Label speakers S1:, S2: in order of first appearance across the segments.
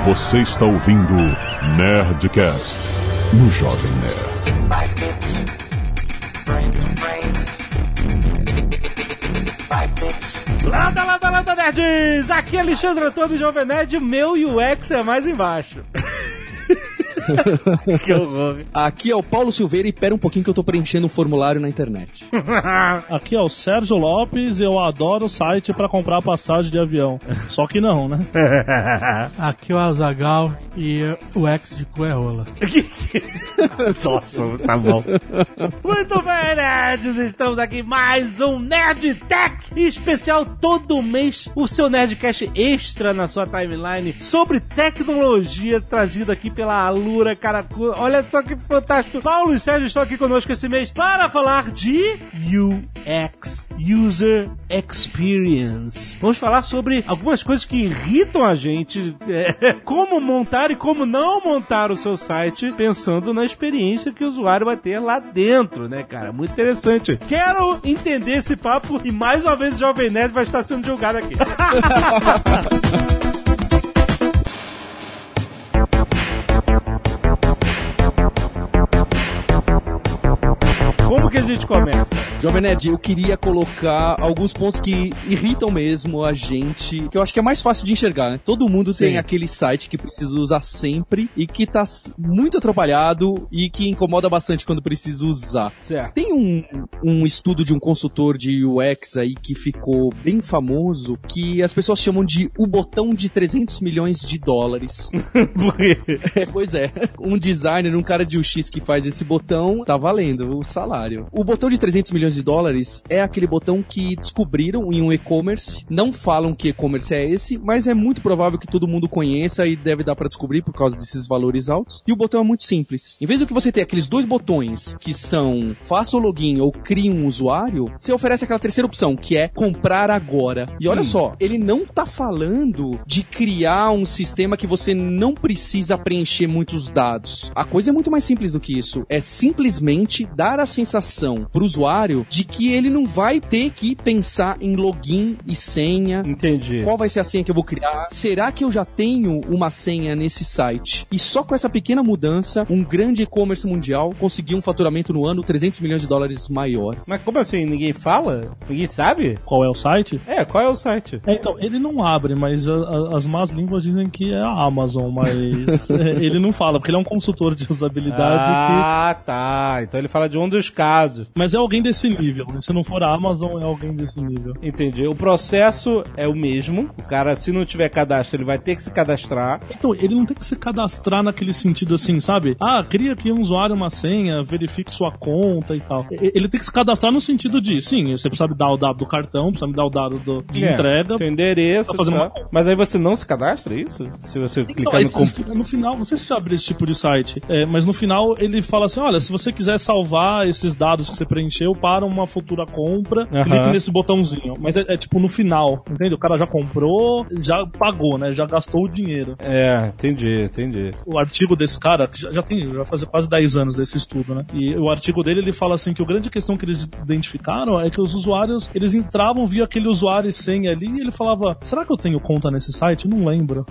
S1: Você está ouvindo Nerdcast no Jovem Nerd.
S2: Landa, nerds! Aqui é Alexandre Antônio, Jovem Nerd, meu UX é mais embaixo. Que horror.
S3: Aqui é o Paulo Silveira e pera um pouquinho que eu tô preenchendo um formulário na internet.
S4: Aqui é o Sérgio Lopes e eu adoro o site pra comprar passagem de avião. Só que não, né?
S5: Aqui é o Azaghal e o ex de cu é rola.
S2: Nossa, tá bom. Muito bem, nerds! Estamos aqui mais um Nerd Tech especial todo mês. O seu Nerdcast extra na sua timeline sobre tecnologia trazido aqui pela Alura Caracu. Olha só que fantástico. Paulo e Sérgio estão aqui conosco esse mês para falar de UX, User Experience. Vamos falar sobre algumas coisas que irritam a gente, como montar e como não montar o seu site, pensando na experiência que o usuário vai ter lá dentro, né, cara? Muito interessante. Quero entender esse papo e mais uma vez o Jovem Nerd vai estar sendo julgado aqui. Como que a gente começa?
S3: Jovem Nerd, eu queria colocar alguns pontos que irritam mesmo a gente, que eu acho que é mais fácil de enxergar, né? Todo mundo tem aquele site que precisa usar sempre e que tá muito atrapalhado e que incomoda bastante quando precisa usar.
S2: Certo.
S3: Tem um estudo de um consultor de UX aí que ficou bem famoso, que as pessoas chamam de o botão de $300 milhões.
S2: Por quê?
S3: Pois é. Um designer, um cara de UX que faz esse botão, tá valendo o salário. O botão de $300 milhões é aquele botão que descobriram em um e-commerce. Não falam que e-commerce é esse, mas é muito provável que todo mundo conheça e deve dar pra descobrir por causa desses valores altos. E o botão é muito simples. Em vez do que você ter aqueles dois botões que são faça o login ou crie um usuário, você oferece aquela terceira opção, que é comprar agora. E olha só, ele não tá falando de criar um sistema que você não precisa preencher muitos dados. A coisa é muito mais simples do que isso. É simplesmente dar a sensação pro usuário de que ele não vai ter que pensar em login e senha.
S2: Entendi.
S3: Qual vai ser a senha que eu vou criar? Será que eu já tenho uma senha nesse site? E só com essa pequena mudança, um grande e-commerce mundial conseguiu um faturamento no ano $300 milhões maior.
S2: Mas como assim? Ninguém fala? Ninguém sabe?
S4: Qual é o site?
S2: Qual é o site?
S4: Então, ele não abre, mas as más línguas dizem que é a Amazon, mas ele não fala, porque ele é um consultor de usabilidade
S2: tá. Então ele fala de um dos casos.
S4: Mas é alguém desse nível. Se não for a Amazon, é alguém desse nível.
S2: Entendi. O processo é o mesmo. O cara, se não tiver cadastro, ele vai ter que se cadastrar.
S4: Então, ele não tem que se cadastrar naquele sentido assim, sabe? Cria aqui um usuário, uma senha, verifique sua conta e tal. Ele tem que se cadastrar no sentido de, sim, você precisa me dar o dado do cartão, precisa me dar o dado de entrega.
S2: Tem endereço, mas aí você não se cadastra, é isso? Se você clicar
S4: no final, não sei se já abriu esse tipo de site, mas no final ele fala assim, olha, se você quiser salvar esses dados que você preencheu para uma futura compra, clique nesse botãozinho. Mas é tipo no final, entende? O cara já comprou, já pagou, né? Já gastou o dinheiro.
S2: Entendi.
S4: O artigo desse cara, que já faz quase 10 anos desse estudo, né? E o artigo dele, ele fala assim que a grande questão que eles identificaram é que os usuários, eles entravam via aquele usuário e senha ali e ele falava, será que eu tenho conta nesse site? Não lembro.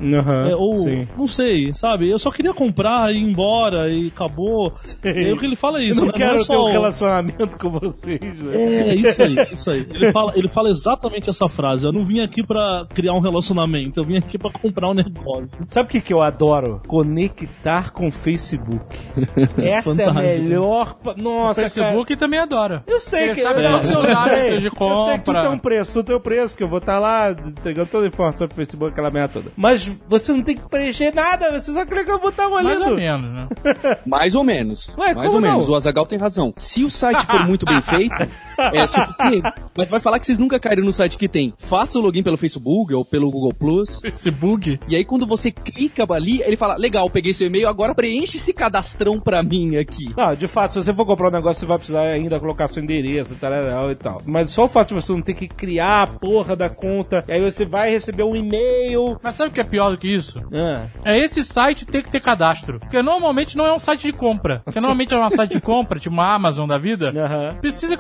S4: Não sei, sabe? Eu só queria comprar e ir embora e acabou. É o que ele fala isso,
S2: eu não
S4: né?
S2: quero
S4: não é só
S2: ter um relacionamento com vocês, né?
S4: Isso aí. Ele fala exatamente essa frase. Eu não vim aqui pra criar um relacionamento, eu vim aqui pra comprar um negócio.
S2: Sabe o que eu adoro? Conectar com o Facebook. Essa é a melhor... Nossa,
S5: o Facebook também adora.
S2: Eu sei
S5: ele
S2: que...
S5: sabe todos os seus hábitos de compra.
S2: Eu sei que tu tem um preço, tu tem o preço, que eu vou estar lá entregando toda a informação pro Facebook, aquela merda toda. Mas você não tem que preencher nada, você só clica no botão ali.
S5: Mais ou menos, né?
S3: Mais ou menos.
S2: Ué,
S3: mais ou menos. O Azaghal tem razão. Se o site for muito bem feito, é suficiente. Mas vai falar que vocês nunca caíram no site que tem faça o login pelo Facebook ou pelo Google Plus.
S5: Facebook?
S3: E aí quando você clica ali, ele fala, legal, peguei seu e-mail, agora preenche esse cadastrão pra mim aqui.
S2: Não, de fato, se você for comprar um negócio, você vai precisar ainda colocar seu endereço e tal. Mas só o fato de você não ter que criar a porra da conta, e aí você vai receber um e-mail.
S5: Mas sabe o que é pior do que isso? É esse site ter que ter cadastro. Porque normalmente não é um site de compra. Porque normalmente é um site de compra, tipo uma Amazon da vida. Precisa que você dê informação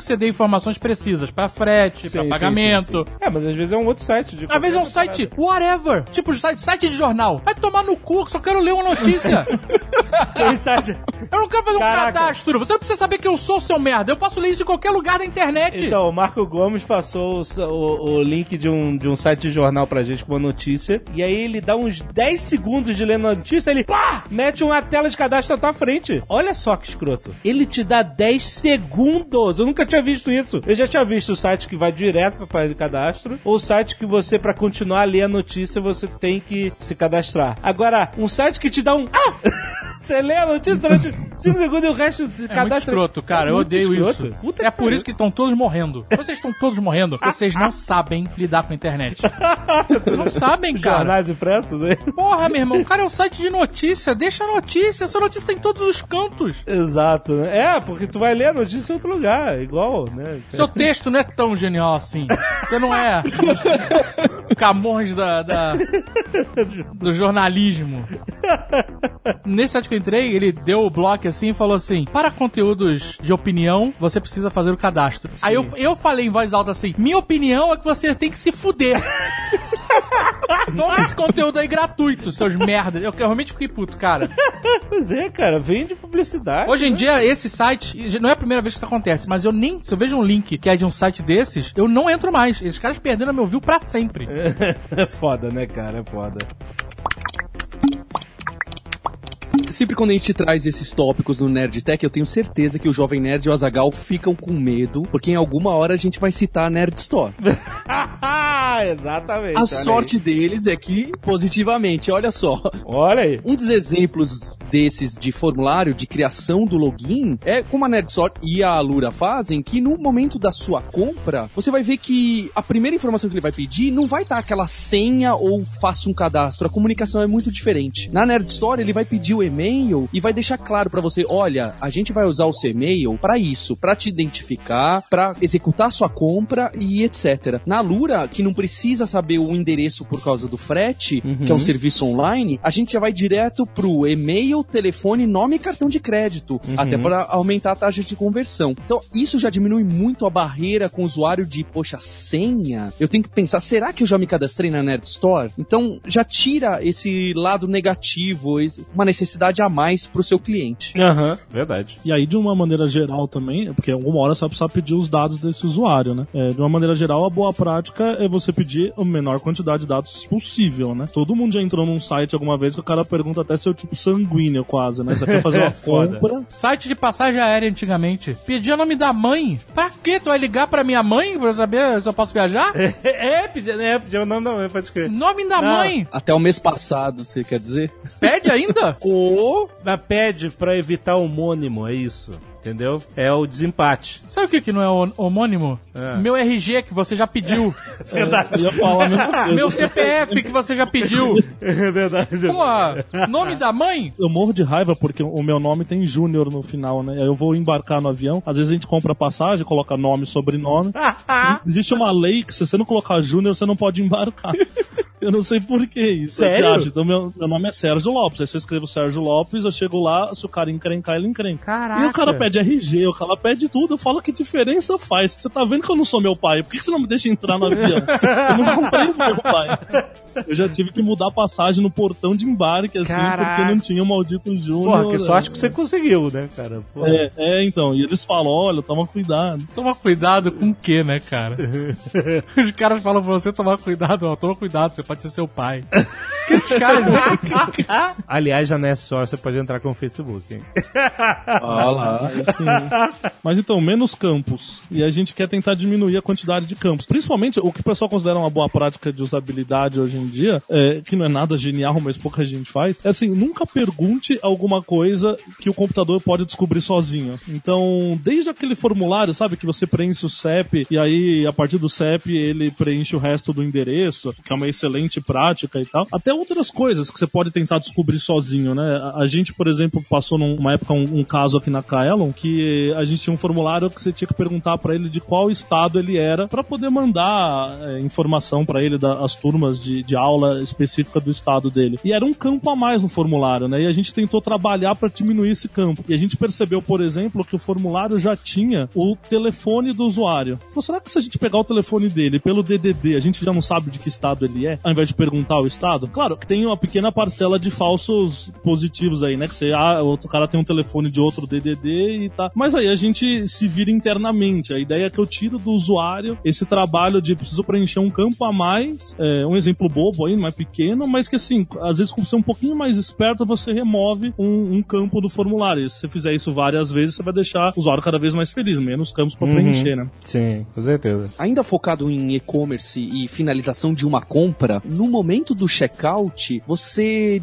S6: informações precisas pra frete, pra pagamento.
S2: Sim. É, mas às vezes é um outro site.
S6: Às vezes é um site whatever, tipo site de jornal. Vai tomar no cu, só quero ler uma notícia.
S2: Tem site...
S6: Eu não quero fazer um cadastro. Você não precisa saber que eu sou seu merda. Eu posso ler isso em qualquer lugar da internet.
S2: Então, o Marco Gomes passou o link de um site de jornal pra gente com uma notícia. E aí ele dá uns 10 segundos de lendo a notícia, ele pá, mete uma tela de cadastro na tua frente. Olha só que escroto. Ele te dá 10 segundos. Eu nunca tinha visto isso. Eu já tinha visto o site que vai direto pra fazer cadastro, ou o site que você, pra continuar a ler a notícia, você tem que se cadastrar. Agora, um site que te dá um... Você lê a notícia durante 5 segundos e o resto se cadastra.
S6: Muito escroto, cara. Eu odeio
S2: escroto.
S6: isso.
S2: Puta
S6: É por isso que estão todos morrendo. Vocês estão todos morrendo. Vocês não sabem lidar com a internet. Não sabem, cara.
S2: Jornais impressos, hein?
S6: Porra, meu irmão. O cara é um site de notícia. Deixa a notícia. Essa notícia tá em todos os cantos.
S2: Exato, né? É, porque tu vai ler a notícia em outro lugar. Igual, né?
S6: Seu texto não é tão genial assim. Você não é Camões do jornalismo. Nesse site que eu entrei, ele deu o bloco assim e falou assim: para conteúdos de opinião, você precisa fazer o cadastro. Sim. Aí eu falei em voz alta assim: minha opinião é que você tem que se fuder. Toma esse conteúdo aí gratuito, seus merdas. Eu realmente fiquei puto, cara.
S2: Pois é, cara, vende publicidade.
S6: Hoje em dia, esse site, não é a primeira vez que isso acontece, mas se eu vejo um link que é de um site desses, eu não entro mais. Esses caras perderam meu view pra sempre.
S2: É foda, né, cara? É foda.
S3: Sempre quando a gente traz esses tópicos no Nerd Tech, eu tenho certeza que o Jovem Nerd e o Azaghal ficam com medo, porque em alguma hora a gente vai citar a Nerd Store.
S2: Exatamente.
S3: A sorte deles é que, positivamente, olha só.
S2: Olha aí.
S3: Um dos exemplos desses de formulário de criação do login é como a Nerd Store e a Alura fazem, que no momento da sua compra, você vai ver que a primeira informação que ele vai pedir não vai estar aquela senha ou faça um cadastro. A comunicação é muito diferente. Na Nerd Store, ele vai pedir o e-mail e vai deixar claro pra você: olha, a gente vai usar o seu e-mail pra isso, pra te identificar, pra executar sua compra e etc. Na Alura, que não precisa saber o endereço por causa do frete, que é um serviço online, a gente já vai direto pro e-mail, telefone, nome e cartão de crédito, até para aumentar a taxa de conversão. Então, isso já diminui muito a barreira com o usuário de, poxa, senha? Eu tenho que pensar, será que eu já me cadastrei na Nerd Store? Então, já tira esse lado negativo, uma necessidade a mais pro seu cliente.
S2: Verdade.
S4: E aí, de uma maneira geral também, porque alguma hora você vai precisar pedir os dados desse usuário, né? De uma maneira geral, a boa prática é você pedir a menor quantidade de dados possível, né? Todo mundo já entrou num site alguma vez que o cara pergunta até seu tipo sanguíneo quase, né? Você quer fazer uma compra.
S6: Site de passagem aérea antigamente. Pedia o nome da mãe. Pra quê? Tu vai ligar pra minha mãe pra saber se eu posso viajar?
S2: Pedia o nome da mãe, pode escrever.
S6: Nome da mãe.
S3: Até o mês passado, você quer dizer?
S6: Pede ainda?
S2: Mas pede pra evitar homônimo, é isso. Entendeu? É o desempate.
S6: Sabe o que não é homônimo? Meu RG que você já pediu.
S2: Verdade.
S4: Eu ia falar a mesma coisa.
S6: Meu CPF que você já pediu.
S2: É verdade.
S6: Pô, nome da mãe?
S4: Eu morro de raiva porque o meu nome tem Júnior no final, né? Aí eu vou embarcar no avião. Às vezes a gente compra passagem, coloca nome e sobrenome. Existe uma lei que se você não colocar Júnior, você não pode embarcar. Eu não sei por que isso.
S2: Sério?
S4: Então meu nome é Sérgio Lopes. Aí se eu escrevo Sérgio Lopes, eu chego lá, se o cara encrencar, ele encrenca.
S6: Caraca.
S4: E o cara pede RG, o cara pede tudo. Eu falo, que diferença faz? Você tá vendo que eu não sou meu pai? Por que você não me deixa entrar no avião? Eu não comprei meu pai. Eu já tive que mudar a passagem no portão de embarque, assim, porque não tinha o maldito Júnior.
S2: Porra, que sorte que você conseguiu, né, cara? Porra.
S4: Então. E eles falam, olha, toma cuidado.
S6: Toma cuidado com o quê, né, cara? Os caras falam pra você tomar cuidado, ó, toma cuidado, você pode ser seu pai. Que esses caras...
S2: Aliás, já não é só, você pode entrar com o Facebook, hein?
S3: Olha lá.
S4: Mas então, menos campos. E a gente quer tentar diminuir a quantidade de campos. Principalmente, o que o pessoal considera uma boa prática de usabilidade hoje em dia, que não é nada genial, mas pouca gente faz, é assim, nunca pergunte alguma coisa que o computador pode descobrir sozinho. Então, desde aquele formulário, sabe, que você preenche o CEP, e aí, a partir do CEP, ele preenche o resto do endereço, que é uma excelente prática e tal, até outras coisas que você pode tentar descobrir sozinho, né? A gente, por exemplo, passou numa época um caso aqui na Kaelon que a gente tinha um formulário que você tinha que perguntar pra ele de qual estado ele era pra poder mandar informação pra ele das turmas de aula específica do estado dele. E era um campo a mais no formulário, né? E a gente tentou trabalhar pra diminuir esse campo. E a gente percebeu, por exemplo, que o formulário já tinha o telefone do usuário. Falou, será que se a gente pegar o telefone dele pelo DDD, a gente já não sabe de que estado ele é, ao invés de perguntar o estado? Claro que tem uma pequena parcela de falsos positivos aí, né? Que outro cara tem um telefone de outro DDD e tá. Mas aí a gente se vira internamente. A ideia é que eu tiro do usuário esse trabalho de preciso preencher um campo a mais, um exemplo bobo aí, mais pequeno, mas que assim, às vezes, como você é um pouquinho mais esperto, você remove um campo do formulário. E se você fizer isso várias vezes, você vai deixar o usuário cada vez mais feliz, menos campos pra preencher, né?
S2: Sim, com certeza.
S3: Ainda focado em e-commerce e finalização de uma compra, no momento do checkout, você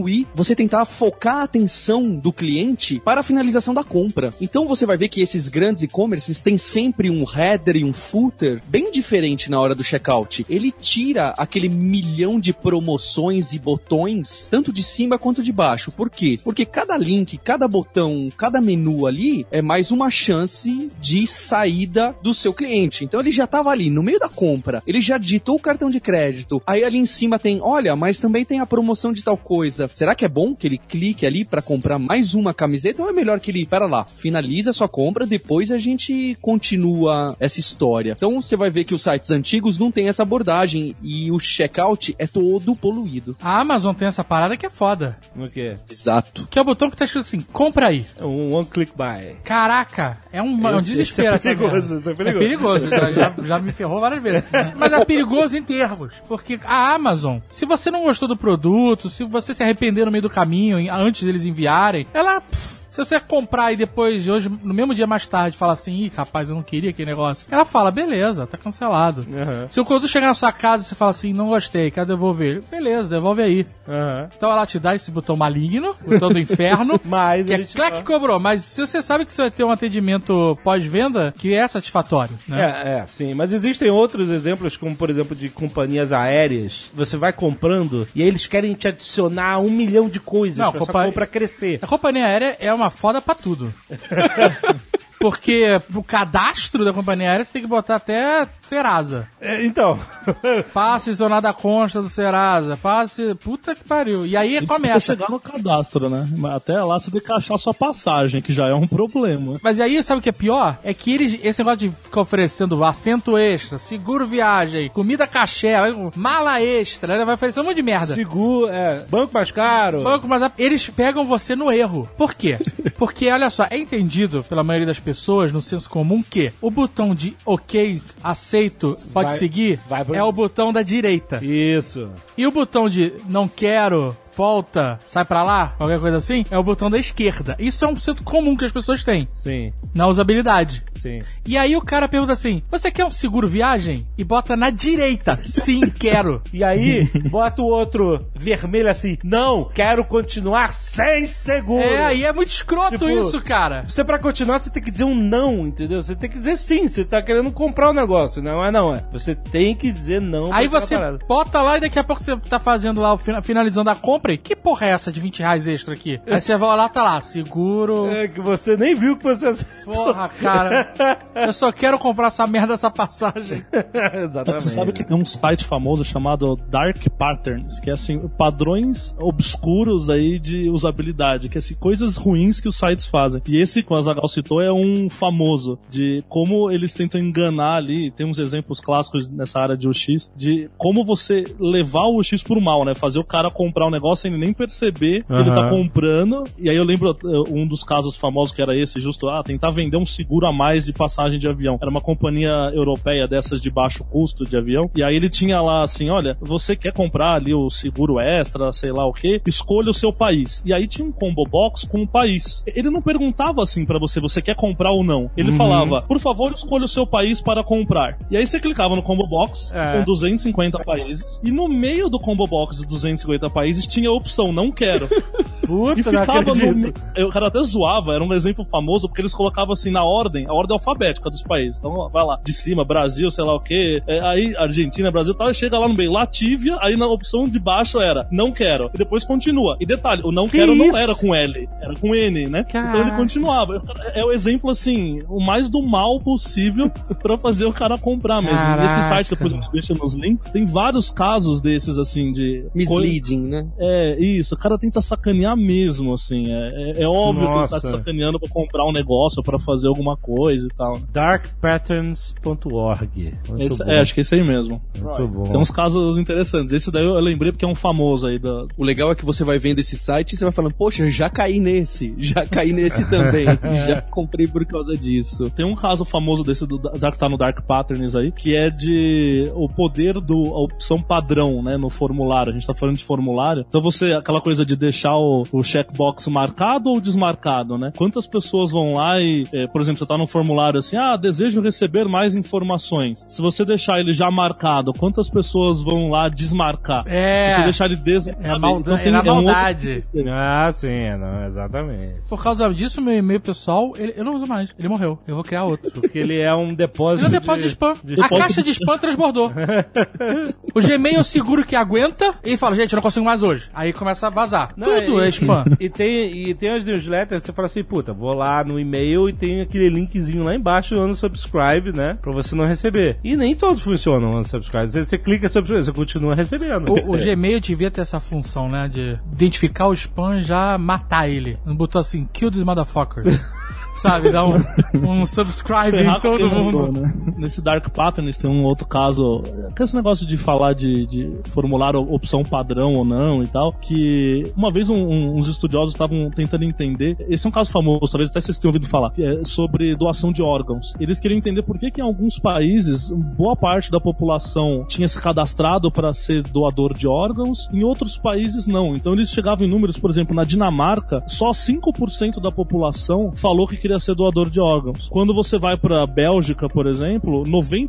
S3: tentar focar a atenção do cliente para a finalização da compra. Então você vai ver que esses grandes e-commerces têm sempre um header e um footer bem diferente na hora do checkout. Ele tira aquele milhão de promoções e botões, tanto de cima quanto de baixo. Por quê? Porque cada link, cada botão, cada menu ali é mais uma chance de saída do seu cliente. Então ele já estava ali, no meio da compra, ele já digitou o cartão de crédito, aí ali em cima tem, olha, mas também tem a promoção de tal coisa. Será que é bom que ele clique ali para comprar mais uma camiseta ou é melhor que ele, pera lá, finaliza a sua compra, depois a gente continua essa história? Então você vai ver que os sites antigos não tem essa abordagem e o checkout é todo poluído.
S6: A Amazon tem essa parada que é foda.
S2: O quê?
S3: Exato.
S6: Que é o botão que tá escrito assim, compra aí.
S2: É um one-click buy.
S6: Caraca, é um desespero.
S2: Isso é perigoso, isso é perigoso.
S6: É perigoso, já me ferrou várias vezes. Mas é perigoso em termos, porque a Amazon, se você não gostou do produto, se você se arrepender no meio do caminho, antes deles enviarem, ela... Se você comprar e depois, hoje, no mesmo dia mais tarde, falar assim, ih, rapaz, eu não queria aquele negócio. Ela fala, beleza, tá cancelado. Uhum. Se o produto chegar na sua casa e você fala assim, não gostei, quero devolver. Beleza, devolve aí. Uhum. Então ela te dá esse botão maligno, botão do inferno,
S2: mas
S6: que é clac, cobrou. Mas se você sabe que você vai ter um atendimento pós-venda, que é satisfatório, né?
S2: Sim. Mas existem outros exemplos, como, por exemplo, de companhias aéreas. Você vai comprando e aí eles querem te adicionar 1 milhão de coisas pra sua compra crescer.
S6: A companhia aérea é uma foda pra tudo. Porque o cadastro da companhia aérea você tem que botar até Serasa.
S2: Então.
S6: Passe seu nada consta do Serasa. Passe... Puta que pariu. E aí começa.
S4: Chegar no cadastro, né? Até lá você tem que achar sua passagem, que já é um problema.
S6: Mas aí, sabe o que é pior? É que esse negócio de ficar oferecendo assento extra, seguro viagem, comida cachê, mala extra, né? Vai oferecer um monte de merda.
S2: Seguro, banco mais caro.
S6: Eles pegam você no erro. Por quê? Porque, olha só, é entendido pela maioria das pessoas, no senso comum, que o botão de ok, aceito, pode seguir, é o botão da direita.
S2: Isso.
S6: E o botão de não quero, volta, sai pra lá, qualquer coisa assim, é o botão da esquerda. Isso é um senso comum que as pessoas têm.
S2: Sim.
S6: Na usabilidade.
S2: Sim.
S6: E aí o cara pergunta assim, você quer um seguro viagem? E bota na direita. Sim, quero.
S2: E aí, bota o outro vermelho assim, não, quero continuar sem seguro.
S6: Aí é muito escroto isso, cara.
S2: Você pra continuar, você tem que dizer um não, entendeu? Você tem que dizer sim, você tá querendo comprar o negócio, não é. Você tem que dizer não.
S6: Aí você bota lá e daqui a pouco você tá fazendo lá, finalizando a compra. Que porra é essa de R$20 extra aqui? Aí você vai lá, tá lá, seguro.
S2: É que você nem viu que você acertou.
S6: Porra, cara. Eu só quero comprar essa merda, essa passagem.
S2: Exatamente.
S4: Você sabe que tem um site famoso chamado Dark Patterns, que é assim, padrões obscuros aí de usabilidade, que é assim, coisas ruins que os sites fazem. E esse, como a Azaghal citou, é um famoso de como eles tentam enganar ali, tem uns exemplos clássicos nessa área de UX, de como você levar o UX pro mal, né? Fazer o cara comprar um negócio sem nem perceber que ele tá comprando. E aí eu lembro um dos casos famosos que era esse, justo, tentar vender um seguro a mais de passagem de avião. Era uma companhia europeia dessas de baixo custo de avião. E aí ele tinha lá assim, olha, você quer comprar ali o seguro extra, sei lá o quê, escolha o seu país. E aí tinha um combo box com o país. Ele não perguntava assim pra você quer comprar ou não. Ele falava, por favor, escolha o seu país para comprar. E aí você clicava no combo box com 250 países. E no meio do combo box de 250 países tinha a opção, não quero.
S2: Puta,
S4: E ficava
S2: não acredito.
S4: o cara até zoava, era um exemplo famoso, porque eles colocavam assim na ordem, a ordem alfabética dos países. Então, vai lá, de cima, Brasil, sei lá o quê, aí Argentina, Brasil e tal, e chega lá no meio, Latívia, aí na opção de baixo era não quero, e depois continua. E detalhe, o não quero não era com L, era com N, né?
S6: Caraca.
S4: Então ele continuava. É o exemplo, assim, o mais do mal possível pra fazer o cara comprar mesmo.
S6: Caraca.
S4: Nesse site, depois a gente deixa nos links, tem vários casos desses, assim, de...
S3: Misleading, né?
S4: Isso, o cara tenta sacanear mesmo, assim, é óbvio que ele tá te
S2: Nossa.
S4: sacaneando pra comprar um negócio, pra fazer alguma coisa e tal.
S2: Darkpatterns.org.
S4: Acho que é esse aí mesmo.
S2: Muito bom.
S4: Tem uns casos interessantes. Esse daí eu lembrei porque é um famoso aí da...
S3: O legal é que você vai vendo esse site e você vai falando, poxa, já caí nesse também, já comprei por causa disso.
S4: Tem um caso famoso desse, já que tá no Dark Patterns aí, que é de o poder a opção padrão, né, no formulário. A gente tá falando de formulário. Então aquela coisa de deixar o checkbox marcado ou desmarcado, né? Quantas pessoas vão lá e, por exemplo, você tá no formulário assim, desejo receber mais informações. Se você deixar ele já marcado, quantas pessoas vão lá desmarcar? Se você deixar ele desmarcado...
S6: É na maldade.
S2: Sim, não, exatamente.
S6: Por causa disso, meu e-mail pessoal, eu não uso mais. Ele morreu. Eu vou criar outro.
S2: Porque ele é um depósito.
S6: Ele é um depósito de spam. A caixa de spam transbordou. O Gmail eu seguro que aguenta e fala, gente, eu não consigo mais hoje. Aí começa a vazar. Tudo é spam.
S2: E tem as newsletters, você fala assim, puta, vou lá no e-mail e tem aquele linkzinho lá embaixo, unsubscribe, né? Pra você não receber. E nem todos funcionam unsubscribe. Você clica subscribe, você continua recebendo.
S6: O Gmail devia ter essa função, né? De identificar o spam e já matar ele. Não botou assim, kill this motherfucker. Sabe, dá um subscribe em todo mundo.
S4: Né? Nesse Dark Patterns tem um outro caso, que é esse negócio de falar de formular opção padrão ou não e tal, que uma vez uns estudiosos estavam tentando entender, esse é um caso famoso, talvez até vocês tenham ouvido falar, sobre doação de órgãos. Eles queriam entender por que em alguns países, boa parte da população tinha se cadastrado para ser doador de órgãos, em outros países não. Então eles chegavam em números, por exemplo, na Dinamarca, só 5% da população falou que queria ser doador de órgãos. Quando você vai pra Bélgica, por exemplo,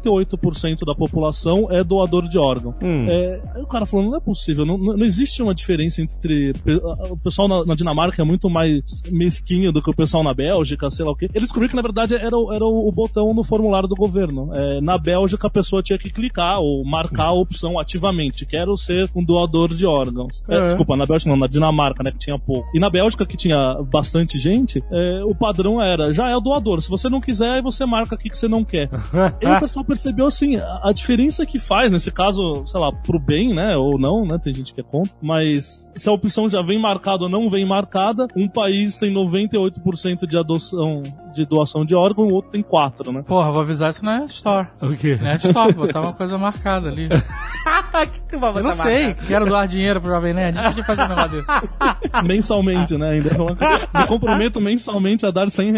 S4: 98% da população é doador de órgão. Aí o cara falou, não é possível, não existe uma diferença entre... O pessoal na Dinamarca é muito mais mesquinho do que o pessoal na Bélgica, sei lá o quê. Eles descobriram que, na verdade, era o botão no formulário do governo. Na Bélgica, a pessoa tinha que clicar ou marcar a opção ativamente. Quero ser um doador de órgãos. Desculpa, na Bélgica não, na Dinamarca, né, que tinha pouco. E na Bélgica, que tinha bastante gente, o padrão já é o doador. Se você não quiser, aí você marca aqui que você não quer. E o pessoal percebeu, assim, a diferença que faz, nesse caso, sei lá, pro bem, né, ou não, né, tem gente que é contra, mas se a opção já vem marcada ou não vem marcada, um país tem 98% de doação de órgão, o outro tem 4%, né?
S6: Porra, vou avisar isso na Store.
S2: O quê?
S6: Na Store, botar uma coisa marcada ali. Eu não sei, quero doar dinheiro pro Jovem Nerd, não podia fazer um negócio dele.
S4: Mensalmente, né, ainda. Me comprometo mensalmente a dar R$100.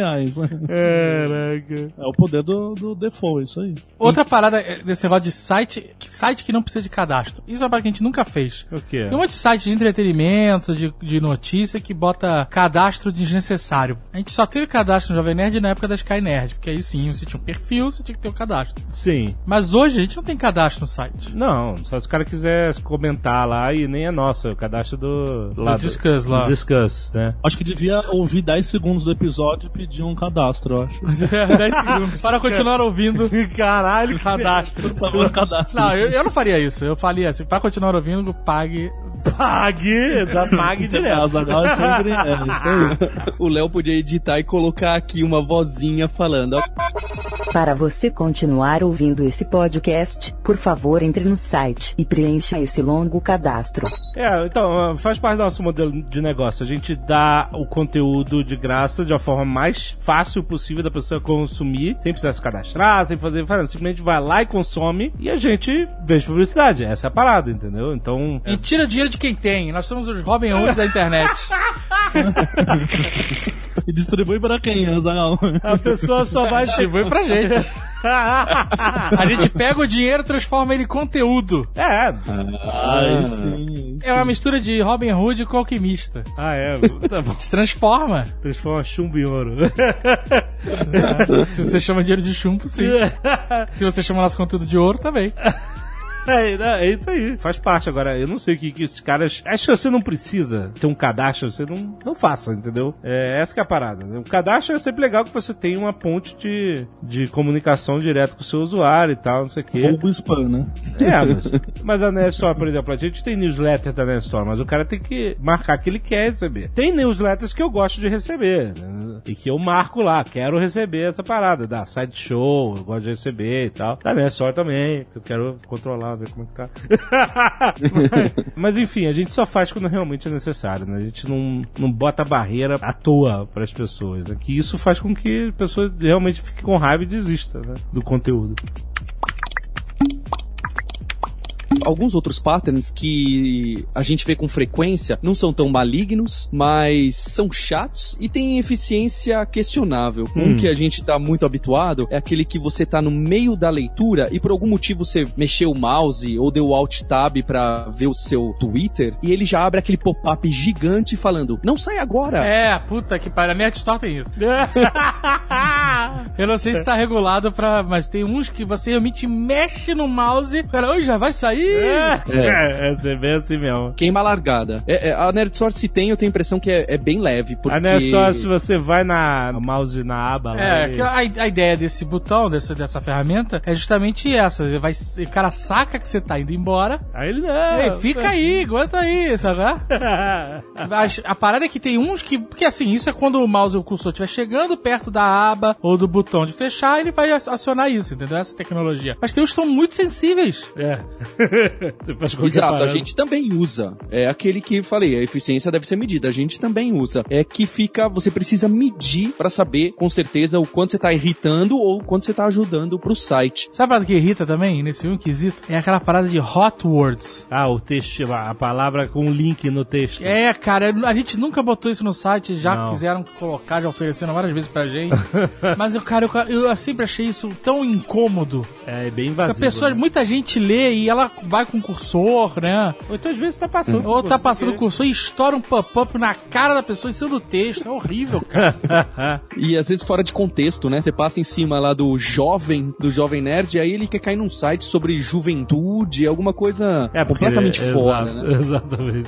S2: Caraca.
S4: É o poder do default, isso aí.
S6: Outra parada desse negócio de site que não precisa de cadastro. Isso é uma parada que a gente nunca fez.
S2: O quê?
S6: Tem um monte de site de entretenimento, de notícia, que bota cadastro desnecessário. A gente só teve cadastro no Jovem Nerd na época da Sky Nerd, porque aí sim, você tinha um perfil, você tinha que ter um cadastro.
S2: Sim.
S6: Mas hoje a gente não tem cadastro no site.
S2: Não, só se o cara quiser comentar lá e nem é nosso, é o cadastro do
S6: Discuss lá.
S2: Do Discuss, né?
S4: Acho que devia ouvir 10 segundos do episódio e pedir um cadastro, eu acho.
S6: 10 segundos. Para continuar ouvindo.
S2: Caralho,
S6: Cadastro.
S4: Por favor, cadastro.
S6: Não, eu não faria isso. Eu faria assim, para continuar ouvindo, pague.
S2: Pague direto.
S4: Azaghal é sempre isso aí.
S3: O Léo podia editar e colocar aqui uma vozinha falando.
S7: Para você continuar ouvindo esse podcast, por favor entre no site e preencha esse longo cadastro.
S2: Então, faz parte do nosso modelo de negócio. A gente dá o conteúdo de graça de uma forma mais fácil possível da pessoa consumir, sem precisar se cadastrar, sem fazer. Simplesmente vai lá e consome e a gente vende publicidade. Essa é a parada, entendeu? Então.
S6: E tira dinheiro de quem tem. Nós somos os Robin Hood da internet.
S4: E distribui pra quem, Azaghal?
S2: A pessoa só vai
S6: distribui pra gente. A gente pega o dinheiro e transforma ele em conteúdo.
S4: Sim.
S6: É uma mistura de Robin Hood com alquimista.
S2: Tá bom.
S6: Se transforma.
S2: Transforma chumbo em ouro.
S6: Se você chama dinheiro de chumbo, sim. Se você chama nosso conteúdo de ouro, também.
S2: É isso aí. Faz parte. Agora, eu não sei o que esses caras... Acho que você não precisa ter um cadastro, você não faça, entendeu? Essa que é a parada. O cadastro é sempre legal que você tenha uma ponte de comunicação direto com o seu usuário e tal, não sei o quê.
S4: Vulgo spam, né?
S2: Mas a NetStore, por exemplo, a gente tem newsletter da NetStore, mas o cara tem que marcar que ele quer receber. Tem newsletters que eu gosto de receber, né? E que eu marco lá, quero receber essa parada, da Sideshow, eu gosto de receber e tal. Da NetStore também, que eu quero controlar, ver como é que tá. Mas enfim, a gente só faz quando realmente é necessário, né? A gente não bota barreira à toa para as pessoas, né? Que isso faz com que a pessoa realmente fique com raiva e desista, né? Do conteúdo.
S3: Alguns outros patterns que a gente vê com frequência não são tão malignos, mas são chatos e têm eficiência questionável. Um que a gente tá muito habituado é aquele que você tá no meio da leitura e por algum motivo você mexeu o mouse ou deu o Alt Tab pra ver o seu Twitter e ele já abre aquele pop-up gigante falando, não sai agora!
S6: Puta que pariu, a NetStore tem isso. Eu não sei se tá regulado mas tem uns que você realmente mexe no mouse, cara, já vai sair?
S2: É bem assim mesmo.
S3: Queima a largada. A NetStore, se tem, eu tenho a impressão que é bem leve, porque...
S2: A NetStore, se você vai no mouse na aba...
S6: A ideia desse botão, dessa ferramenta, é justamente essa. O cara saca que você tá indo embora.
S2: Aí ele não.
S6: Fica aí, aguenta aí, sabe? A parada é que tem uns que... Porque assim, isso é quando o mouse ou o cursor estiver chegando perto da aba ou do botão de fechar, ele vai acionar isso, entendeu? Essa tecnologia. Mas tem uns que são muito sensíveis.
S3: Exato, a gente também usa. É aquele que falei, a eficiência deve ser medida. A gente também usa. É que você precisa medir pra saber com certeza o quanto você tá irritando ou o quanto você tá ajudando pro site.
S6: Sabe a parada que irrita também, nesse quesito? É aquela parada de hot words.
S2: O texto, a palavra com link no texto.
S6: Cara, a gente nunca botou isso no site, já quiseram colocar, já ofereceram várias vezes pra gente. Mas, eu sempre achei isso tão incômodo.
S2: É bem invasivo.
S6: Muita gente lê e ela vai com cursor, né?
S2: Ou então às vezes tá passando.
S6: Ou tá passando o cursor e estoura um pop-up na cara da pessoa em cima do texto. É horrível, cara.
S3: E às vezes fora de contexto, né? Você passa em cima lá do jovem nerd, e aí ele quer cair num site sobre juventude, alguma coisa completamente fora, né?
S2: Exatamente.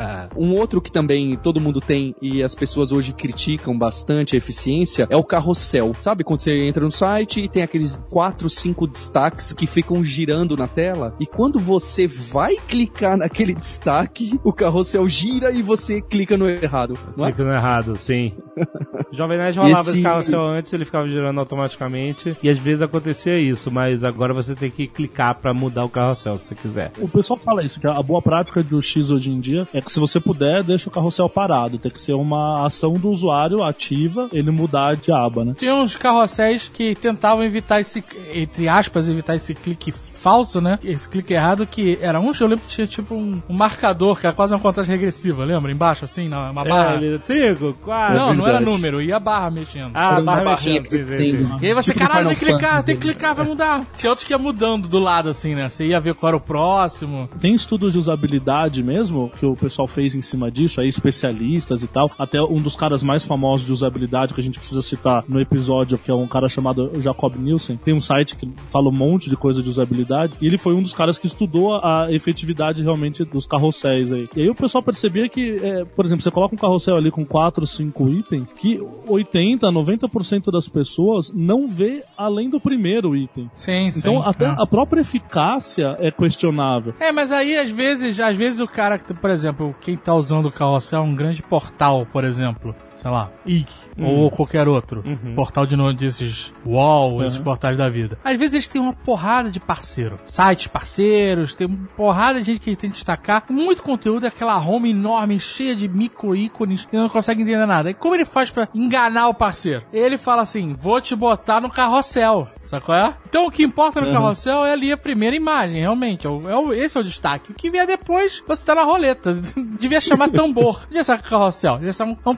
S3: Um outro que também todo mundo tem e as pessoas hoje criticam bastante a eficiência é o carrossel. Sabe quando você entra no site e tem aqueles 4, 5 destaques que ficam girando na tela? E quando você vai clicar naquele destaque, o carrossel gira e você clica no errado.
S2: Clica no errado, sim. Jovem Nerd rolava esse carrossel antes, ele ficava girando automaticamente e às vezes acontecia isso, mas agora você tem que clicar pra mudar o carrossel se você quiser.
S4: O pessoal fala isso, que a boa prática do X hoje em dia é que se você puder, deixa o carrossel parado. Tem que ser uma ação do usuário ativa, ele mudar de aba, né?
S6: Tinha uns carrosséis que tentavam evitar entre aspas, evitar esse clique falso, né? Esse clique errado, que era eu lembro que tinha tipo um marcador, que era quase uma contagem regressiva, lembra? Embaixo, assim, uma barra. 5, 4... Não era número, ia a barra mexendo.
S2: A barra mexendo, sim.
S6: E aí você, tipo, caralho, tem que clicar, vai mudar. Tinha outros que ia mudando do lado, assim, né? Você ia ver qual era o próximo.
S4: Tem estudos de usabilidade mesmo, que o pessoal fez em cima disso, aí especialistas e tal. Até um dos caras mais famosos de usabilidade, que a gente precisa citar no episódio, que é um cara chamado Jacob Nielsen. Tem um site que fala um monte de coisa de usabilidade, e ele foi um dos caras que estudou a efetividade realmente dos carrosséis aí. E aí o pessoal percebia que, por exemplo, você coloca um carrossel ali com 4, 5 itens, que 80, 90% das pessoas não vê além do primeiro item.
S6: Sim,
S4: então, até a própria eficácia é questionável.
S6: Mas aí, às vezes o cara, por exemplo, quem tá usando o carrossel é um grande portal, por exemplo, sei lá, IG, ou qualquer outro portal desses UOL, esses portais da vida. Às vezes eles têm uma porrada de parceiro, sites parceiros, tem uma porrada de gente que tem que destacar, muito conteúdo, aquela home enorme, cheia de micro ícones, e não consegue entender nada. E como ele faz pra enganar o parceiro? Ele fala assim, vou te botar no carrossel, sabe qual é? Então o que importa no carrossel é ali a primeira imagem, realmente, esse é o destaque. O que vier depois, você tá na roleta. Devia chamar tambor, devia ser carrossel, devia ser um tambor,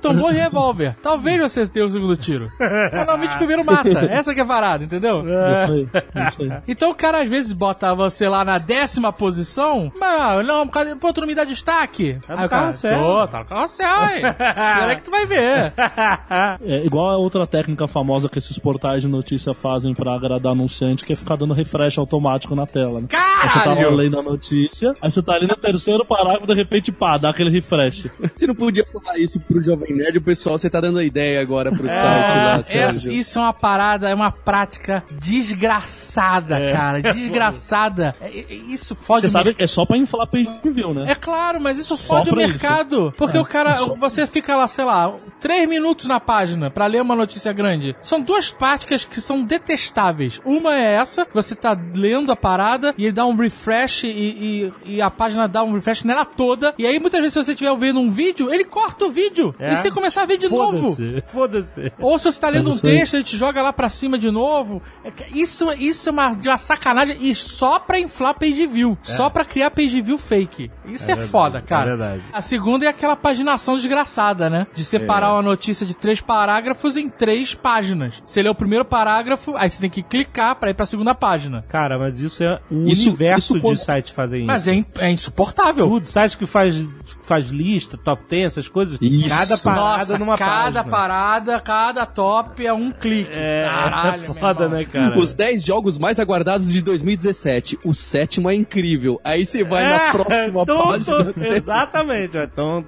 S6: revólver. Talvez você tenha o segundo tiro. Mas normalmente o primeiro mata. Essa que é a parada, entendeu?
S4: Isso aí.
S6: Então o cara às vezes bota você lá na 10ª posição, mas não, pô, tu não me dá destaque.
S2: Tá no
S6: Aí o cara,
S2: carrossel.
S6: pô, tá no carrossel, aí. Espera que tu vai ver.
S4: É igual a outra técnica famosa que esses portais de notícia fazem pra agradar anunciante, que é ficar dando refresh automático na tela, né? Aí você tá lendo a notícia, aí você tá ali no terceiro parágrafo, de repente, pá, dá aquele refresh.
S3: Você não podia falar isso pro Jovem Nerd, o pessoal, você tá dando a ideia agora pro site lá, Sérgio.
S6: Isso é uma parada, é uma prática desgraçada, cara. Desgraçada. Isso fode
S4: Você sabe que é só pra inflar page view, né?
S6: É claro, mas isso
S4: Só
S6: fode o
S4: pra
S6: mercado. Porque o cara, você fica lá, sei lá, 3 minutos na página pra ler uma notícia grande. São duas práticas que são detestáveis. Uma é essa, você tá lendo a parada e ele dá um refresh e a página dá um refresh nela toda. E aí, muitas vezes, se você estiver vendo um vídeo, ele corta o vídeo. E você tem que começar a ver de novo.
S2: Foda-se.
S6: Ou se você tá lendo um texto, ele te joga lá pra cima de novo. Isso é uma sacanagem. E só pra inflar page view. Só pra criar page view fake. Isso é foda, cara.
S2: É verdade.
S6: A segunda é aquela paginação desgraçada, né? De separar uma notícia de 3 parágrafos em 3 páginas. Você lê o primeiro parágrafo, aí você tem que clicar pra ir pra segunda página.
S2: Cara, mas isso é um universo de sites fazem isso.
S6: Mas é insuportável.
S2: Tudo, site que faz lista, top 10, essas coisas.
S3: Isso.
S2: Cada parada
S6: Nossa,
S2: numa
S6: cada
S2: página.
S6: parada, cada top é um clique. Caralho,
S2: é foda, né, cara?
S3: Os 10 jogos mais aguardados de 2017. O 7º é incrível. Aí você vai na próxima página.
S2: Exatamente.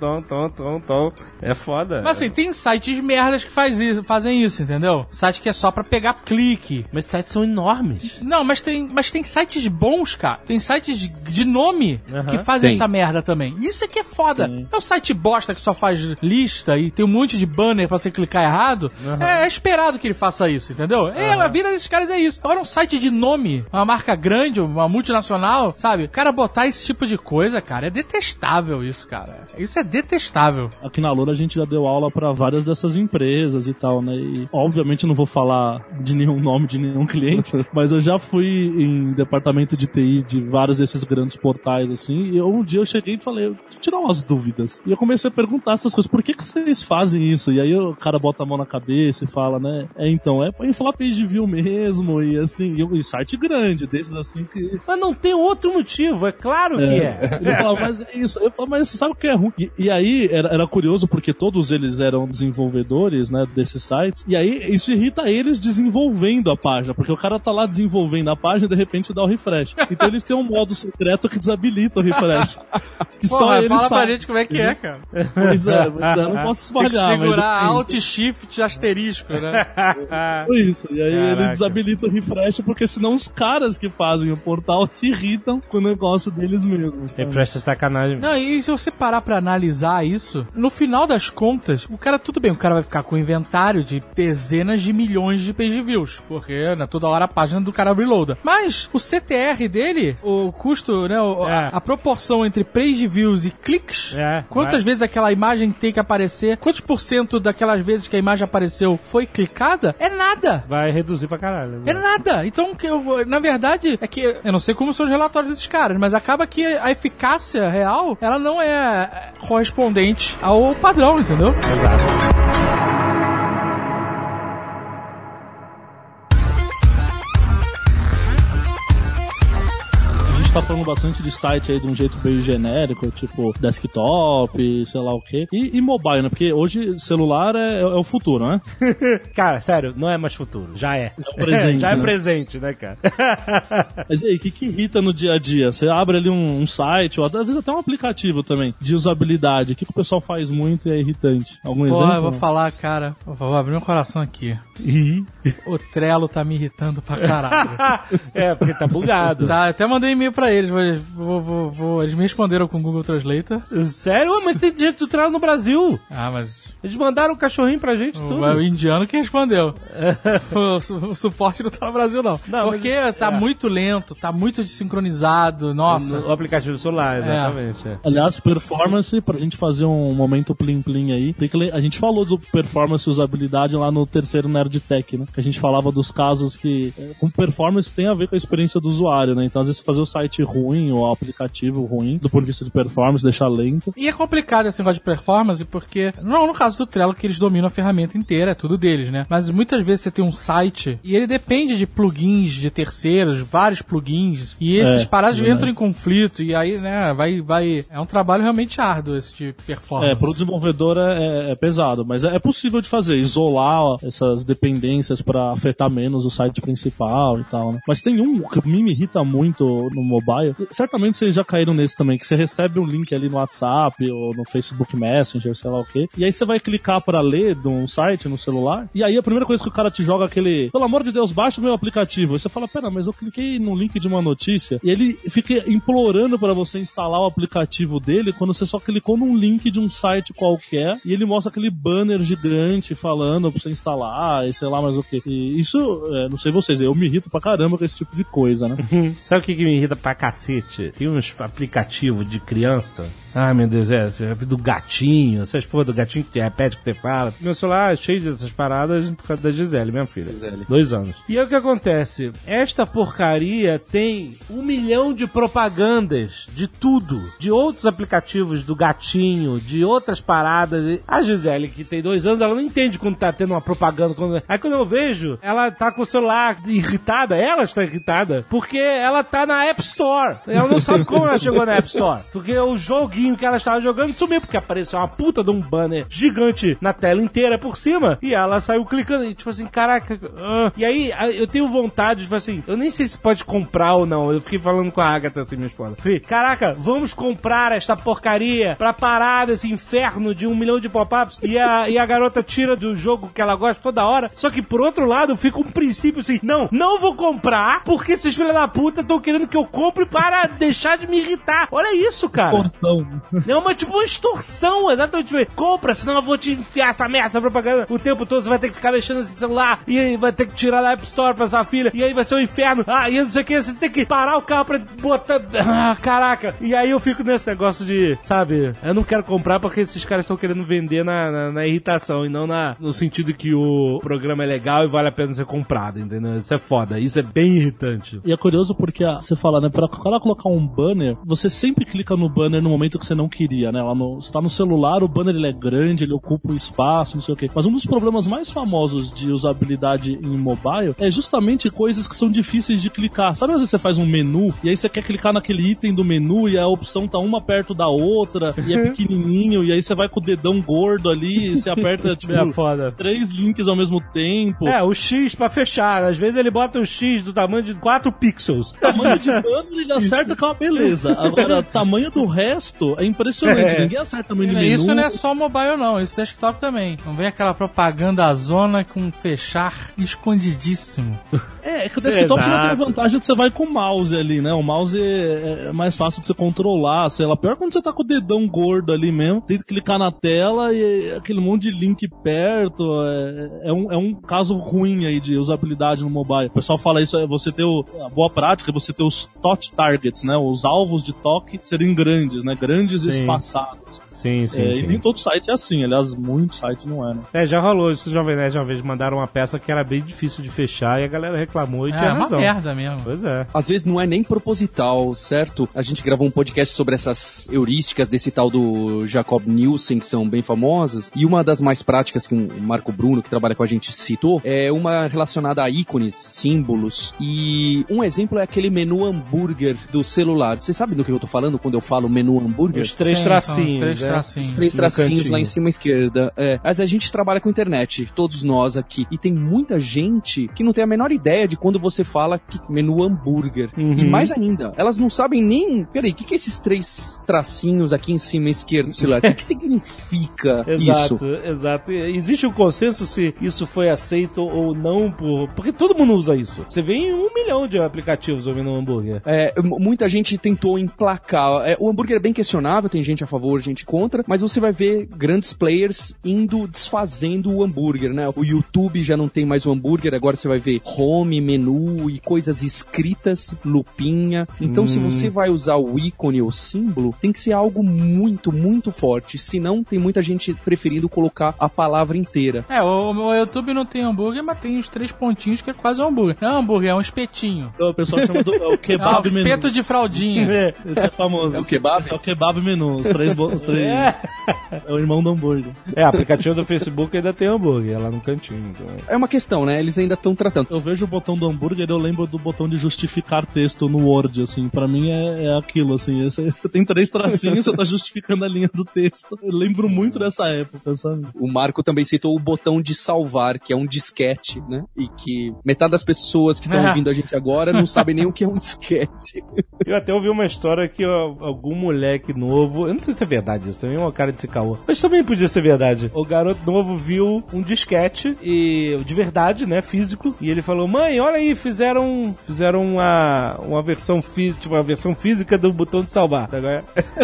S2: Tom. É foda.
S6: Mas assim, tem sites merdas que fazem isso, entendeu? Site que é só pra pegar clique.
S2: Mas sites são enormes.
S6: Não, mas tem sites bons, cara. Tem sites de nome que fazem essa merda também. Isso é que é foda. É um site bosta que só faz lista e tem um monte de banner pra você clicar errado. É esperado que ele faça isso, entendeu? A vida desses caras é isso. Agora um site de nome, uma marca grande, uma multinacional, sabe? O cara botar esse tipo de coisa, cara, é detestável isso, cara. Isso é detestável.
S4: Aqui na Lura a gente já deu aula pra várias dessas empresas e tal, né? E obviamente não vou falar de nenhum nome de nenhum cliente, mas eu já fui em departamento de TI de vários desses grandes portais, assim, e um dia eu cheguei e falei, deixa eu tirar umas dúvidas. E eu comecei a perguntar essas coisas, por que vocês fazem isso? E aí o cara bota a mão na cabeça e fala, né? Então, é pra inflar page view mesmo, e assim, e site grande, desses assim que...
S2: Mas não tem outro motivo, é claro que é.
S4: Ele fala, mas é isso. Eu falo, mas você sabe o que é ruim? E aí era curioso porque todos eles eram desenvolvedores, né, desses sites, e aí isso irrita eles desenvolvendo a página, porque o cara tá lá desenvolvendo a página e de repente dá o refresh. Então eles têm um modo secreto que desabilita o refresh. Que só eles
S6: fala
S4: sabem.
S6: pra gente como é que é, cara.
S4: Pois é, eu não posso espalhar.
S6: Tem que segurar
S4: mas,
S6: Alt Shift asterisco, né?
S4: Foi isso. E aí
S2: Caraca.
S4: ele desabilita o refresh, porque senão os caras que fazem o portal se irritam com o negócio deles mesmos. sabe?
S2: Refresh é sacanagem.
S6: Não, e se você parar pra analisar isso, no final das contas, o cara, tudo bem, o cara vai ficar com um inventário de dezenas de milhões de page views, porque né, toda hora a página do cara reloada. Mas o CTR dele, o custo, né, a proporção entre page views e cliques, quantas vezes aquela imagem tem que aparecer, quantos % daquelas vezes que a imagem apareceu foi clicada, é nada.
S2: Vai reduzir pra caralho.
S6: É nada. Então, na verdade, é que eu não sei como são os relatórios desses caras, mas acaba que a eficácia real, ela não é correspondente ao padrão, entendeu?
S2: Exato.
S4: Tá falando bastante de site aí de um jeito meio genérico, tipo desktop, sei lá o quê. E mobile, né? Porque hoje celular é o futuro, né?
S2: Cara, sério, não é mais futuro, já é.
S4: É o presente,
S2: já é
S4: né?
S2: presente, né, cara?
S4: Mas e aí, o que irrita no dia a dia? Você abre ali um site, ou às vezes até um aplicativo também, de usabilidade. O que o pessoal faz muito e é irritante? Algum exemplo?
S6: Eu vou falar, cara, vou abrir meu coração aqui. O Trello tá me irritando pra caralho.
S2: Porque tá bugado.
S6: Tá, eu até mandei um e-mail pra eles. Eles me responderam com o Google Translator.
S2: Sério? Mas tem gente do Trello no Brasil.
S6: Ah, mas...
S2: Eles mandaram um cachorrinho pra gente, tudo.
S6: O indiano que respondeu. O suporte não tá no Brasil, não. Porque tá muito lento, tá muito desincronizado. Nossa.
S2: O aplicativo do celular, exatamente.
S4: Aliás, performance, pra gente fazer um momento plim-plim aí, a gente falou do performance e usabilidade lá no terceiro Nerd Tech, né? Que a gente falava dos casos que com performance tem a ver com a experiência do usuário, né? Então, às vezes, fazer o site site ruim ou aplicativo ruim, do ponto de vista de performance, deixar lento.
S6: E é complicado esse negócio de performance, porque, não no caso do Trello, que eles dominam a ferramenta inteira, é tudo deles, né? Mas muitas vezes você tem um site e ele depende de plugins de terceiros, vários plugins, e esses paradas entram em conflito, e aí, né, vai... É um trabalho realmente árduo esse de performance.
S4: Pro desenvolvedor é pesado, mas é possível de fazer, isolar essas dependências pra afetar menos o site principal e tal, né? Mas tem um que me irrita muito no mobile, certamente vocês já caíram nesse também, que você recebe um link ali no WhatsApp ou no Facebook Messenger, sei lá o quê, e aí você vai clicar pra ler de um site no celular, e aí a primeira coisa que o cara te joga é aquele, pelo amor de Deus, baixa o meu aplicativo. Aí você fala, pera, mas eu cliquei no link de uma notícia, e ele fica implorando pra você instalar o aplicativo dele quando você só clicou num link de um site qualquer, e ele mostra aquele banner gigante falando pra você instalar, e sei lá mais o que. E isso, não sei vocês, eu me irrito pra caramba com esse tipo de coisa, né?
S2: Sabe o que me irrita pra cacete? Tem uns aplicativos de criança. Ai, meu Deus, do gatinho, essas porra do gatinho que repete o que você fala. Meu celular é cheio dessas paradas por causa da Gisele, minha filha. 2 anos. E aí o que acontece? Esta porcaria tem 1 milhão de propagandas de tudo. De outros aplicativos do gatinho, de outras paradas. A Gisele, que tem 2 anos, ela não entende quando tá tendo uma propaganda. Aí quando eu vejo, ela tá com o celular irritada, ela está irritada, porque ela tá na App Store. Ela não sabe como ela chegou na App Store. Porque o joguinho que ela estava jogando sumiu, porque apareceu uma puta de um banner gigante na tela inteira por cima, e ela saiu clicando, e tipo assim, caraca, e aí eu tenho vontade de falar assim, eu nem sei se pode comprar ou não, eu fiquei falando com a Agatha assim, minha esposa, falei, caraca, vamos comprar esta porcaria pra parar desse inferno de 1 milhão de pop-ups, e a garota tira do jogo que ela gosta toda hora, só que por outro lado fica um princípio assim, não vou comprar, porque esses filhos da puta estão querendo que eu compre para deixar de me irritar. Olha isso, cara. É uma extorsão, exatamente. Compra, senão eu vou te enfiar essa merda, essa propaganda o tempo todo. Você vai ter que ficar mexendo nesse celular e aí vai ter que tirar da App Store pra sua filha. E aí vai ser um inferno. E não sei o que, você tem que parar o carro pra botar. Caraca. E aí eu fico nesse negócio de, sabe, eu não quero comprar porque esses caras estão querendo vender na irritação e não no sentido que o programa é legal e vale a pena ser comprado, entendeu? Isso é foda, isso é bem irritante.
S4: E é curioso porque você fala, né, pra ela colocar um banner, você sempre clica no banner no momento que você não queria, né? Você tá no celular, o banner ele é grande, ele ocupa o espaço, não sei o quê. Mas um dos problemas mais famosos de usabilidade em mobile é justamente coisas que são difíceis de clicar. Sabe, às vezes você faz um menu e aí você quer clicar naquele item do menu e a opção tá uma perto da outra e é pequenininho e aí você vai com o dedão gordo ali e você aperta, tipo, 3 links ao mesmo tempo.
S2: O X pra fechar. Às vezes ele bota o X do tamanho de 4 pixels.
S4: O tamanho de banner ele acerta com uma beleza. Agora, o tamanho do resto é impressionante. Ninguém acerta muito no menu.
S6: Isso não é só mobile, não. Isso é desktop também. Não vem aquela propaganda zona com fechar escondidíssimo.
S4: Que o desktop já tem a vantagem de você vai com o mouse ali, né? O mouse é mais fácil de você controlar, sei lá. Pior quando você tá com o dedão gordo ali mesmo. Tem que clicar na tela e aquele monte de link perto. É um caso ruim aí de usabilidade no mobile. O pessoal fala isso, você ter a boa prática, você ter os touch targets, né? Os alvos de toque serem grandes, né? Grandes e espaçados.
S2: Sim.
S4: E nem todo site é assim, aliás, muitos sites não é, né?
S2: Já rolou isso, Jovem Nerd uma vez mandaram uma peça que era bem difícil de fechar e a galera reclamou e tinha razão.
S6: É uma merda mesmo.
S2: Pois é.
S3: Às vezes não é nem proposital, certo? A gente gravou um podcast sobre essas heurísticas desse tal do Jacob Nielsen, que são bem famosas, e uma das mais práticas que o Marco Bruno, que trabalha com a gente, citou, é uma relacionada a ícones, símbolos, e um exemplo é aquele menu hambúrguer do celular. Você sabe do que eu tô falando quando eu falo menu hambúrguer?
S2: Os 3 tracinhos,
S3: Os 3 tracinhos lá em cima à esquerda. Mas a gente trabalha com internet, todos nós aqui. E tem muita gente que não tem a menor ideia de quando você fala que menu hambúrguer. E mais ainda, elas não sabem nem... Peraí, o que é esses 3 tracinhos aqui em cima à esquerda do celular? O que significa isso?
S2: Exato. Existe um consenso se isso foi aceito ou não, porque todo mundo usa isso. Você vê em 1 milhão de aplicativos ouvindo hambúrguer.
S3: Muita gente tentou emplacar. O hambúrguer é bem questionável, tem gente a favor, gente contra. contra, mas você vai ver grandes players indo desfazendo o hambúrguer, né? O YouTube já não tem mais o hambúrguer, agora você vai ver home, menu e coisas escritas, lupinha. Então, se você vai usar o ícone ou símbolo, tem que ser algo muito, muito forte. Senão, tem muita gente preferindo colocar a palavra inteira.
S6: O YouTube não tem hambúrguer, mas tem os 3 pontinhos que é quase um hambúrguer. Não é um hambúrguer, é um espetinho.
S4: O pessoal chama o kebab menu.
S6: Espeto de fraldinha.
S4: Esse é famoso.
S3: É o kebab?
S4: Esse é o kebab menu. Os três é o irmão do hambúrguer.
S2: O aplicativo do Facebook ainda tem hambúrguer lá no cantinho. Então...
S3: É uma questão, né? Eles ainda estão tratando.
S4: Eu vejo o botão do hambúrguer, eu lembro do botão de justificar texto no Word, assim. Pra mim é aquilo, assim. Você tem 3 tracinhos, você tá justificando a linha do texto. Eu lembro muito dessa época, sabe?
S3: O Marco também citou o botão de salvar, que é um disquete, né? E que metade das pessoas que estão ouvindo a gente agora não sabem nem o que é um disquete.
S2: Eu até ouvi uma história que algum moleque novo, eu não sei se é verdade isso, também é uma cara de caô, mas também podia ser verdade. O garoto novo viu um disquete de verdade, né, físico, e ele falou: mãe, olha aí, fizeram uma versão física, uma versão física do botão de salvar, agora.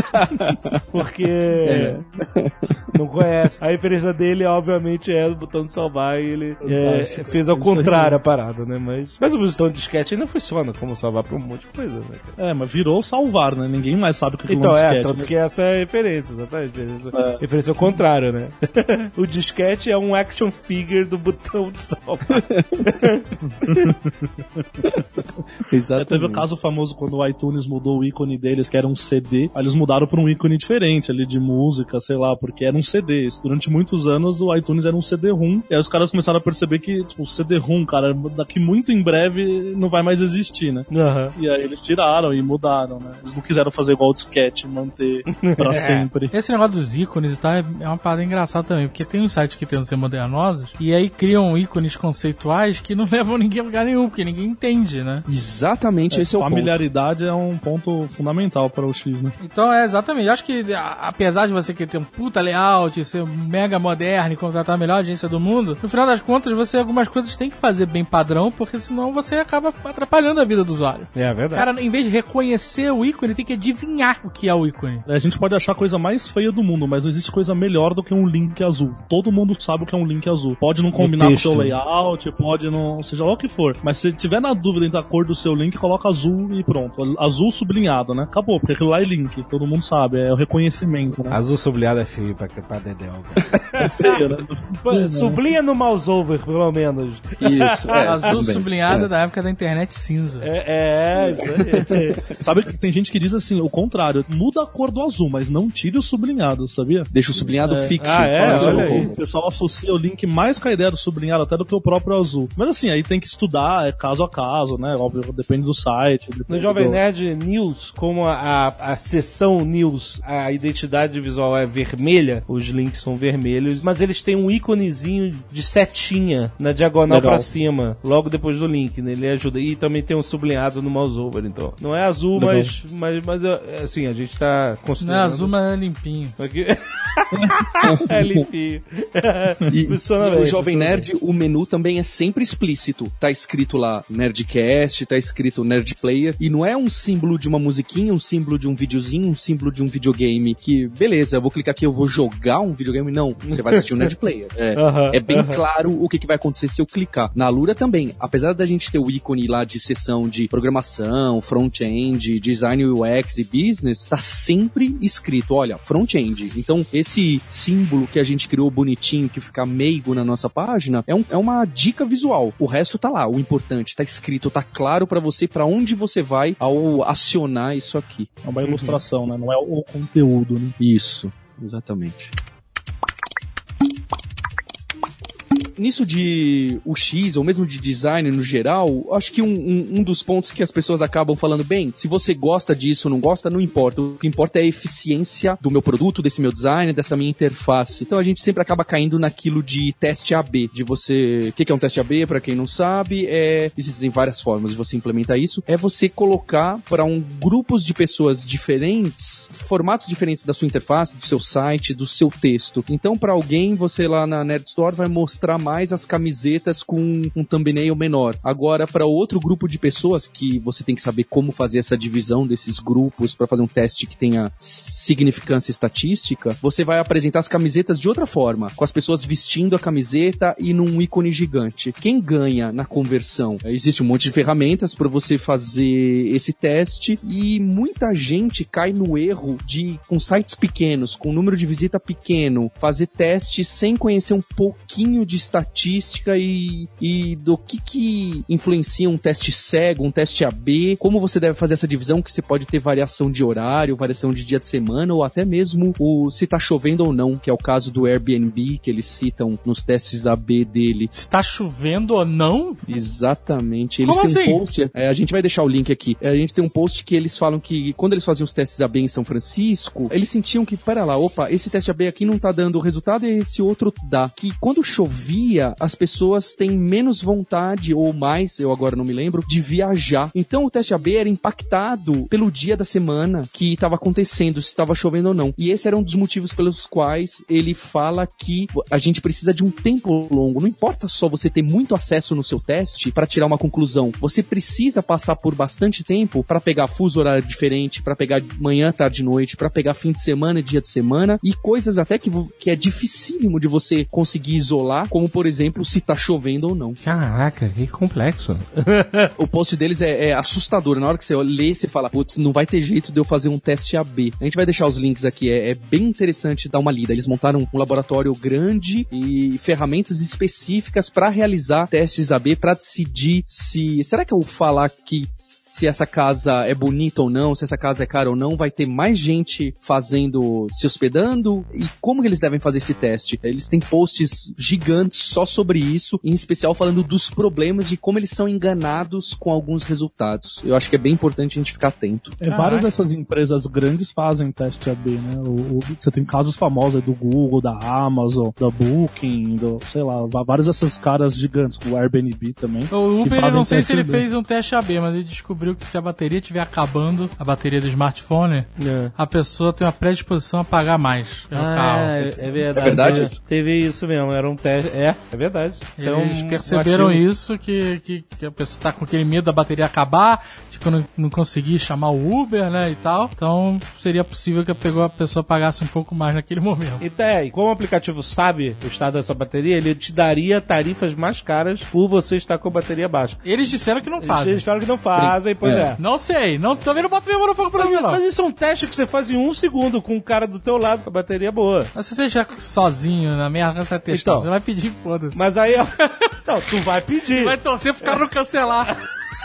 S2: Porque não conhece. A referência dele, obviamente, é o botão de salvar, e ele fez ao contrário a parada, né, mas o botão de disquete ainda funciona como salvar pra um monte de coisa, né?
S4: Mas virou salvar, né? Ninguém mais sabe o que
S2: então,
S4: é um disquete.
S2: Tanto que essa é a referência, exatamente. Referência ao contrário, né? O disquete é um action figure do botão de salvar.
S3: Exatamente.
S4: Teve o caso famoso quando o iTunes mudou o ícone deles, que era um CD. Aí eles mudaram pra um ícone diferente ali de música, sei lá, porque era um CD. Durante muitos anos o iTunes era um CD-ROM. E aí os caras começaram a perceber que, tipo, o CD-ROM, cara, daqui muito em breve não vai mais existir, né? E aí eles tiraram e mudaram, né? Eles não quiseram fazer igual o disquete, manter pra sempre.
S6: Esse negócio dos ícones e tal é uma parada engraçada também, porque tem uns sites que tentam ser modernosos e aí criam ícones conceituais que não levam ninguém a lugar nenhum, porque ninguém entende, né?
S3: Exatamente, esse é o ponto.
S4: Familiaridade é um ponto fundamental para o X, né?
S6: Então, exatamente. Acho que, apesar de você querer ter um puta layout, ser mega moderno e contratar a melhor agência do mundo, no final das contas, você algumas coisas tem que fazer bem padrão, porque senão você acaba atrapalhando a vida do usuário.
S2: É verdade.
S6: Cara, em vez de reconhecer o ícone, tem que adivinhar o que é o ícone.
S4: A gente pode achar a coisa mais feia do mundo, mas não existe coisa melhor do que um link azul. Todo mundo sabe o que é um link azul. Pode não combinar com o seu layout, pode não... seja lá o que for. Mas se tiver na dúvida entre a cor do seu link, coloca azul e pronto. Azul sublinhado, né? Acabou, porque aquilo lá é link. Todo mundo sabe, é o reconhecimento, né?
S2: Azul sublinhado é feio pra Dedéu.
S4: É feio, né?
S2: Sublinha no mouse over, pelo menos.
S3: Isso.
S6: Azul sublinhado da época da internet cinza.
S4: Sabe que tem gente que diz assim, o contrário, muda a cor do azul, mas não tire o sublinhado, sabia?
S3: Deixa o sublinhado fixo.
S2: Olha aí.
S4: O pessoal associa o link mais com a ideia do sublinhado até do que o próprio azul. Mas assim, aí tem que estudar, é caso a caso, né? Óbvio, depende do site.
S2: No Jovem Nerd News, como a seção News, a identidade visual é vermelha, os links são vermelhos, mas eles têm um íconezinho de setinha na diagonal pra cima, logo depois do link, né? Ele ajuda. E também tem um sublinhado no mouse over, então. Não é azul, mas assim, a gente tá considerando...
S6: Não é azul, mas é limpinho.
S2: Aqui... é limpinho.
S3: E no Jovem Nerd, o menu também é sempre explícito. Tá escrito lá Nerdcast, tá escrito Nerd Player, e não é um símbolo de uma musiquinha, um símbolo de um videozinho, um símbolo de um videogame, que, beleza, eu vou clicar aqui, eu vou jogar um videogame. Não, você vai assistir um Nerd Player. É bem claro o que vai acontecer se eu clicar. Na Alura também, apesar da gente ter o ícone lá de seção de programação, front-end, design UX e business, tá sempre escrito, olha, front-end. Então, esse símbolo que a gente criou bonitinho, que fica meigo na nossa página, é uma dica visual. O resto tá lá, o importante, tá escrito, tá claro pra você pra onde você vai ao acionar isso aqui.
S4: É uma ilustração, né? Não é o conteúdo, né?
S3: Isso, exatamente. Nisso de UX, ou mesmo de design no geral, acho que um dos pontos que as pessoas acabam falando, bem, se você gosta disso ou não gosta, não importa. O que importa é a eficiência do meu produto, desse meu design, dessa minha interface. Então a gente sempre acaba caindo naquilo de teste AB, de você... O que é um teste AB, pra quem não sabe? Existem várias formas de você implementar isso. É você colocar para grupos de pessoas diferentes, formatos diferentes da sua interface, do seu site, do seu texto. Então, para alguém, você lá na Nerd Store vai mostrar mais as camisetas com um thumbnail menor. Agora, para outro grupo de pessoas que você tem que saber como fazer essa divisão desses grupos para fazer um teste que tenha significância estatística, você vai apresentar as camisetas de outra forma, com as pessoas vestindo a camiseta e num ícone gigante. Quem ganha na conversão? Existe um monte de ferramentas para você fazer esse teste e muita gente cai no erro de, com sites pequenos, com número de visita pequeno, fazer testes sem conhecer um pouquinho de estatística e do que influencia um teste cego, um teste AB, como você deve fazer essa divisão, que você pode ter variação de horário, variação de dia de semana, ou até mesmo se tá chovendo ou não, que é o caso do Airbnb, que eles citam nos testes AB dele.
S6: Está chovendo ou não?
S3: Exatamente. Eles
S6: Como
S3: têm
S6: assim?
S3: um post, a gente vai deixar o link aqui, a gente tem um post que eles falam que quando eles faziam os testes AB em São Francisco, eles sentiam que, pera lá, opa, esse teste AB aqui não tá dando resultado e esse outro dá. Que quando chovia, as pessoas têm menos vontade, ou mais, eu agora não me lembro, de viajar. Então o teste AB era impactado pelo dia da semana que estava acontecendo, se estava chovendo ou não. E esse era um dos motivos pelos quais ele fala que a gente precisa de um tempo longo. Não importa só você ter muito acesso no seu teste para tirar uma conclusão. Você precisa passar por bastante tempo para pegar fuso horário diferente, para pegar manhã, tarde e noite, para pegar fim de semana e dia de semana, e coisas até que é dificílimo de você conseguir isolar, como por exemplo, se tá chovendo ou não.
S2: Caraca, que complexo.
S3: O post deles é assustador. Na hora que você lê, você fala, putz, não vai ter jeito de eu fazer um teste AB. A gente vai deixar os links aqui, é bem interessante dar uma lida. Eles montaram um laboratório grande e ferramentas específicas para realizar testes AB, para decidir se... Será que eu falar que se essa casa é bonita ou não, se essa casa é cara ou não, vai ter mais gente se hospedando? E como que eles devem fazer esse teste? Eles têm posts gigantes só sobre isso, em especial falando dos problemas de como eles são enganados com alguns resultados. Eu acho que é bem importante a gente ficar atento.
S4: Várias dessas empresas grandes fazem teste AB, né? Você tem casos famosos aí do Google, da Amazon, da Booking, sei lá, vários dessas caras gigantes, o Airbnb também.
S6: O Uber, eu não sei se ele fez um teste AB, mas ele descobriu que se a bateria estiver acabando, a bateria do smartphone, a pessoa tem uma predisposição a pagar mais pelo carro.
S2: É verdade.
S3: É verdade?
S2: Teve isso mesmo, era um teste. É verdade.
S6: Eles perceberam isso, que a pessoa tá com aquele medo da bateria acabar, tipo, não conseguir chamar o Uber, né, e tal. Então, seria possível que a pessoa pagasse um pouco mais naquele momento.
S2: E como o aplicativo sabe o estado da sua bateria, ele te daria tarifas mais caras por você estar com a bateria baixa.
S6: Eles disseram que não fazem.
S2: Eles falaram que não fazem, pois é.
S6: Não sei, também não boto minha mão no fogo pra mim, não.
S2: Mas isso é um teste que você faz em 1 segundo com o cara do teu lado com a bateria boa.
S6: Mas se você já sozinho na merda, você vai testar,
S2: Então,
S6: você vai pedir, foda-se.
S2: Mas aí, não, tu vai pedir.
S6: Vai torcer pro cara não cancelar.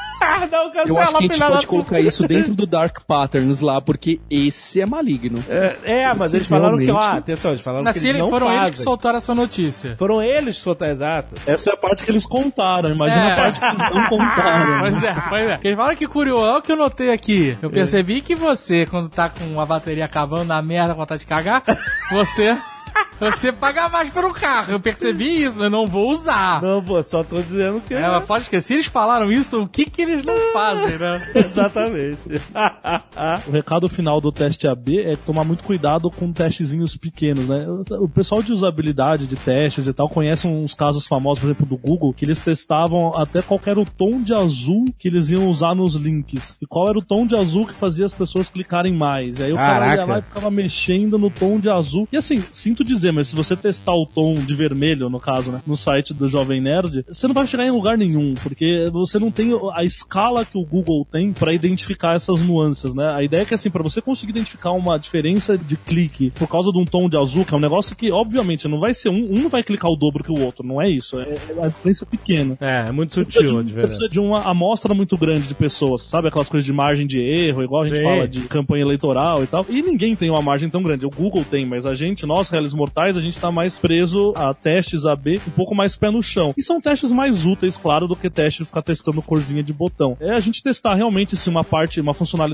S3: Não, eu acho que a gente pode colocar isso dentro do Dark Patterns lá, porque esse é maligno.
S2: Mas eles falaram que, atenção, eles falaram que eles não
S6: foram
S2: fazem.
S6: eles que soltaram essa notícia.
S2: Foram eles que soltaram, exato.
S4: Essa é a parte que eles contaram, imagina a parte que eles não contaram.
S6: Pois é. Eles falaram que curioso, olha o que eu notei aqui. Eu percebi que você, quando tá com a bateria acabando na merda, com vontade de cagar, você paga mais pelo carro. Eu percebi isso, eu não vou usar.
S2: Não, pô, só tô dizendo que...
S6: Mas pode esquecer, se eles falaram isso, o que eles não fazem, né?
S2: Exatamente.
S4: O recado final do teste AB é tomar muito cuidado com testezinhos pequenos, né? O pessoal de usabilidade, de testes e tal, conhece uns casos famosos, por exemplo, do Google, que eles testavam até qual era o tom de azul que eles iam usar nos links. E qual era o tom de azul que fazia as pessoas clicarem mais. E aí o cara ia lá e ficava mexendo no tom de azul. E assim, sinto dizer, mas se você testar o tom de vermelho, no caso, né, no site do Jovem Nerd, você não vai chegar em lugar nenhum, porque você não tem a escala que o Google tem pra identificar essas nuances, né? A ideia é que, assim, pra você conseguir identificar uma diferença de clique por causa de um tom de azul, que é um negócio que, obviamente, não vai ser um vai clicar o dobro que o outro, não é isso. É a diferença pequena.
S2: É muito sutil a diferença.
S4: Precisa de uma amostra muito grande de pessoas, sabe? Aquelas coisas de margem de erro, igual a gente fala de campanha eleitoral e tal. E ninguém tem uma margem tão grande. O Google tem, mas a gente, nós, réis mortais, a gente tá mais preso a testes AB, um pouco mais pé no chão. E são testes mais úteis, claro, do que teste de ficar testando corzinha de botão. É a gente testar realmente se uma funcionalidade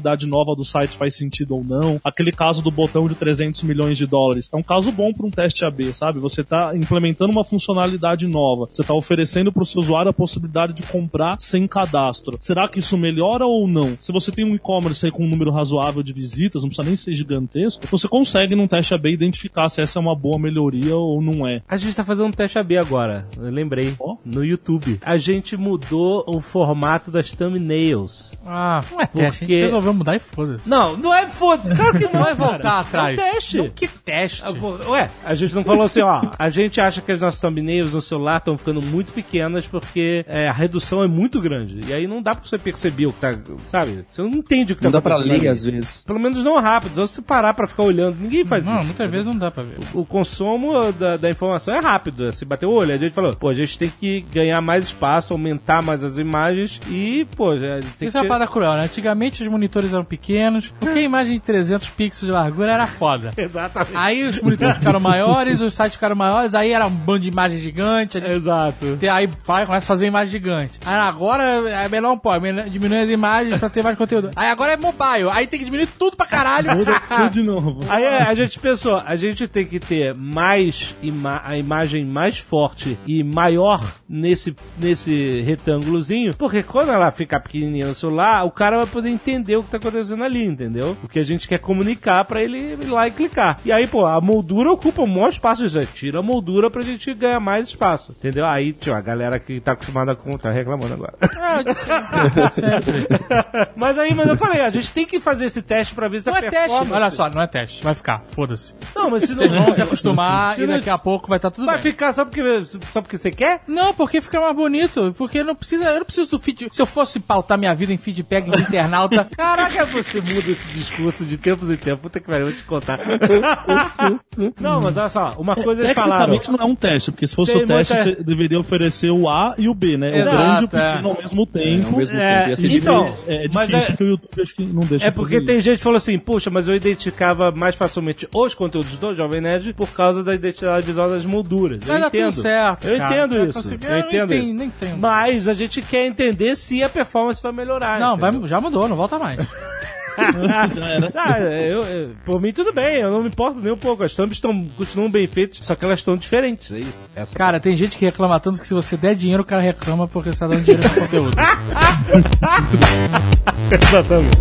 S4: funcionalidade nova do site faz sentido ou não. Aquele caso do botão de 300 milhões de dólares é um caso bom para um teste AB, sabe? Você tá implementando uma funcionalidade nova, você tá oferecendo pro seu usuário a possibilidade de comprar sem cadastro. Será que isso melhora ou não? Se você tem um e-commerce aí com um número razoável de visitas, não precisa nem ser gigantesco, você consegue num teste AB identificar se essa é uma boa melhoria ou não é.
S2: A gente tá fazendo um teste AB agora, eu lembrei, no YouTube. A gente mudou o formato das thumbnails.
S6: Ah, não é teste, a gente resolveu mudar e foda-se.
S2: Não é foda-se, claro que não.
S6: Vai voltar atrás.
S2: É um teste.
S6: Não, que teste?
S2: Ué, a gente não falou assim, ó, a gente acha que as nossas thumbnails no celular estão ficando muito pequenas porque a redução é muito grande. E aí não dá pra você perceber o que tá, sabe? Você não entende o que
S3: não
S2: tá
S3: Não
S2: acontecendo.
S3: dá pra ler, às vezes.
S2: Pelo menos não rápido, só se parar pra ficar olhando. Ninguém faz isso.
S6: Não, muitas vezes não dá pra ver.
S2: O consumo da informação é rápido. Se bater o olho, a gente falou, pô, a gente tem que ganhar mais espaço, aumentar mais as imagens e, pô, a gente tem
S6: isso é uma parada cruel, né? Antigamente os monitores eram pequenos, porque a imagem de 300 pixels de largura era foda.
S2: Exatamente.
S6: Aí os monitores ficaram maiores, os sites ficaram maiores, aí era um bando de imagem gigante.
S2: Exato.
S6: Aí começa a fazer imagem gigante. Aí agora é melhor, pô, diminuir as imagens pra ter mais conteúdo. Aí agora é mobile, aí tem que diminuir tudo pra caralho.
S4: Muda tudo de novo.
S2: Aí a gente pensou, a gente tem que ter mais a imagem mais forte e maior nesse retângulozinho, porque quando ela ficar pequenininha no celular, o cara vai poder entender o que tá acontecendo ali, entendeu? O que a gente quer comunicar pra ele ir lá e clicar. E aí, pô, a moldura ocupa o maior espaço, isso aí, tira a moldura pra gente ganhar mais espaço, entendeu? Aí, tio, a galera que tá acostumada com tá reclamando agora.
S6: Sempre.
S2: Mas eu falei, a gente tem que fazer esse teste pra ver se
S6: não
S2: a
S6: é
S2: performance...
S6: teste, olha só, não é teste, vai ficar, foda-se.
S2: Não, mas se
S6: Vocês
S2: não...
S6: vão se acostumar e daqui a pouco vai estar tudo
S2: vai
S6: bem.
S2: ficar só porque você quer?
S6: Não, porque fica mais bonito, porque eu não preciso do feed. Se eu fosse pautar minha vida em feedback de internauta...
S2: Caraca, você muda esse discurso de tempos em tempos. Puta que pariu, eu vou te contar. Não, mas olha só, uma coisa eles falaram...
S4: Tecnicamente não é um teste, porque se fosse o teste, você deveria oferecer o A e o B, né?
S6: Exato,
S4: o grande e o pequeno ao mesmo tempo.
S2: Então,
S4: é difícil que o YouTube acho que não deixa.
S2: É porque tem gente que falou assim, puxa, mas eu identificava mais facilmente os conteúdos do Jovem Nerd por causa da identidade visual das molduras. Eu entendo.
S6: Tudo certo,
S2: eu
S6: cara.
S2: entendo isso. Eu entendo isso.
S6: Nem entendo.
S2: Mas a gente quer entender se a performance vai melhorar.
S6: Não, já mudou, não volta mais.
S2: Por mim tudo bem, eu não me importo nem um pouco. As thumbs continuam bem feitas, só que elas estão diferentes, é isso.
S6: Cara, tem gente que reclama tanto que se você der dinheiro, o cara reclama porque você tá dando dinheiro no conteúdo.
S2: Exatamente.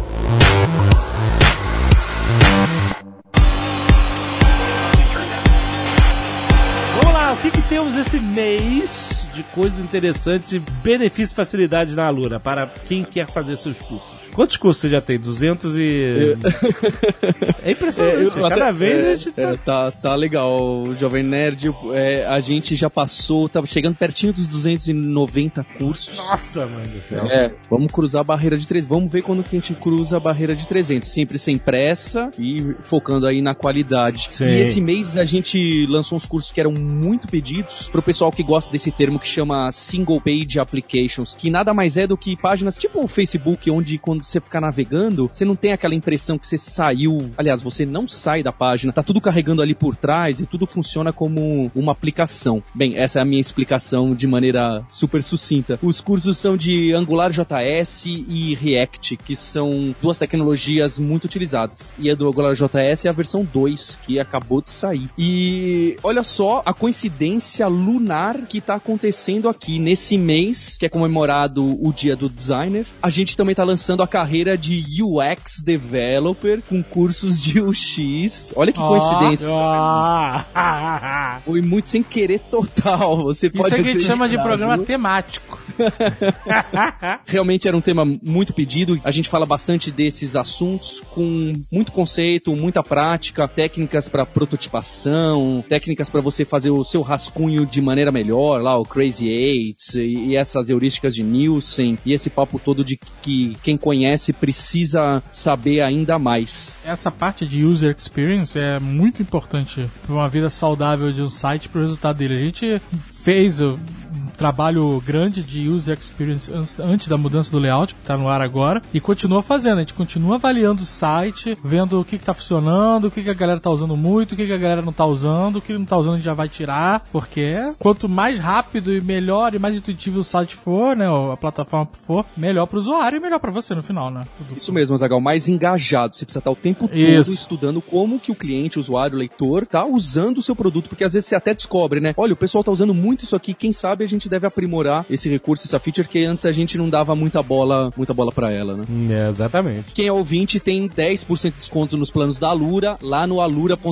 S2: Vamos lá, o que temos esse mês de coisas interessantes e benefícios e facilidades na Alura para quem quer fazer seus cursos? Quantos cursos você já tem? 200 e... É impressionante. Cada vez a gente
S3: tá legal, Jovem Nerd. A gente já passou, tava chegando pertinho dos 290 cursos.
S2: Nossa, mano do céu.
S3: Vamos cruzar a barreira de 300. Vamos ver quando que a gente cruza a barreira de 300. Sempre sem pressa e focando aí na qualidade.
S2: Sim.
S3: E esse mês a gente lançou uns cursos que eram muito pedidos pro pessoal que gosta desse termo que chama Single Page Applications, que nada mais é do que páginas tipo o Facebook, onde quando você ficar navegando, você não tem aquela impressão que você saiu. Aliás, você não sai da página, tá tudo carregando ali por trás e tudo funciona como uma aplicação. Bem, essa é a minha explicação de maneira super sucinta. Os cursos são de AngularJS e React, que são duas tecnologias muito utilizadas. E a do AngularJS é a versão 2, que acabou de sair. E olha só a coincidência lunar que tá acontecendo aqui nesse mês, que é comemorado o Dia do Designer. A gente também tá lançando a carreira de UX Developer com cursos de UX. Olha que coincidência. Foi muito sem querer total. Você pode
S6: isso é que a gente chama de programa temático.
S3: Realmente era um tema muito pedido. A gente fala bastante desses assuntos com muito conceito, muita prática, técnicas para prototipação, técnicas para você fazer o seu rascunho de maneira melhor, lá o Crazy Eights e essas heurísticas de Nielsen e esse papo todo de que quem conhece precisa saber ainda mais.
S6: Essa parte de user experience é muito importante para uma vida saudável de um site, para o resultado dele. A gente fez trabalho grande de user experience antes da mudança do layout, que tá no ar agora, e continua fazendo. A gente continua avaliando o site, vendo o que tá funcionando, o que a galera tá usando muito, o que a galera não tá usando, o que não tá usando a gente já vai tirar, porque quanto mais rápido e melhor e mais intuitivo o site for, né, a plataforma for, melhor pro usuário e melhor pra você no final, né?
S3: Isso mesmo, Azaghal, mais engajado. Você precisa estar o tempo todo estudando como que o cliente, o usuário, o leitor, tá usando o seu produto, porque às vezes você até descobre, né? Olha, o pessoal tá usando muito isso aqui, quem sabe a gente deve aprimorar esse recurso, essa feature, que antes a gente não dava muita bola pra ela, né?
S2: Exatamente.
S3: Quem é ouvinte tem 10% de desconto nos planos da Alura, lá no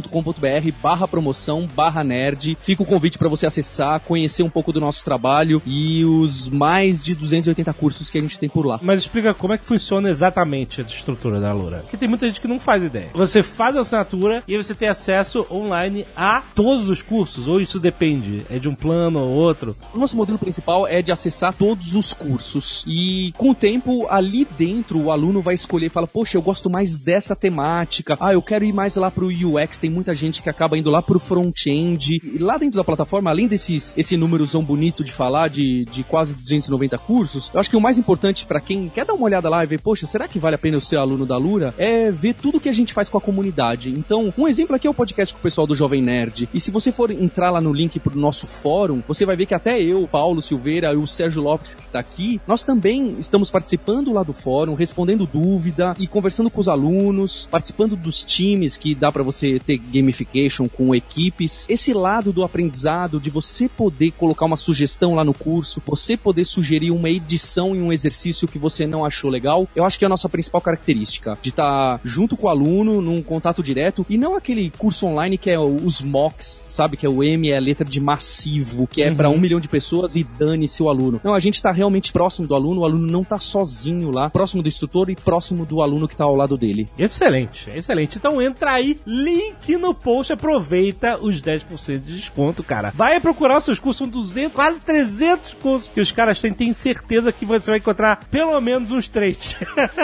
S3: alura.com.br/promoção/nerd. Fica o convite para você acessar, conhecer um pouco do nosso trabalho e os mais de 280 cursos que a gente tem por lá.
S2: Mas explica como é que funciona exatamente a estrutura da Alura. Porque tem muita gente que não faz ideia. Você faz a assinatura e você tem acesso online a todos os cursos, ou isso depende? É de um plano ou outro?
S3: O nosso modelo principal é de acessar todos os cursos. E com o tempo, ali dentro, o aluno vai escolher e fala, poxa, eu gosto mais dessa temática. Eu quero ir mais lá pro UX. Tem muita gente que acaba indo lá pro front-end. E lá dentro da plataforma, além esse númerozão bonito de falar, de quase 290 cursos, eu acho que o mais importante pra quem quer dar uma olhada lá e ver, poxa, será que vale a pena eu ser aluno da Alura? É ver tudo que a gente faz com a comunidade. Então, um exemplo aqui é o podcast com o pessoal do Jovem Nerd. E se você for entrar lá no link pro nosso fórum, você vai ver que até eu, Paulo Silveira e o Sérgio Lopes que tá aqui, nós também estamos participando lá do fórum, respondendo dúvida e conversando com os alunos, participando dos times que dá pra você ter gamification com equipes. Esse lado do aprendizado, de você poder colocar uma sugestão lá no curso, você poder sugerir uma edição em um exercício que você não achou legal, eu acho que é a nossa principal característica, de estar junto com o aluno, num contato direto, e não aquele curso online que é os mocks, sabe? Que é o M, é a letra de massivo, que é pra 1 milhão de pessoas e dane-se o aluno. Não, a gente tá realmente próximo do aluno, o aluno não tá sozinho lá, próximo do instrutor e próximo do aluno que tá ao lado dele.
S2: Excelente, excelente. Então entra aí, link no post, aproveita os 10% de desconto, cara. Vai procurar os seus cursos, são 200, quase 300 cursos que os caras têm. Tem certeza que você vai encontrar pelo menos uns 3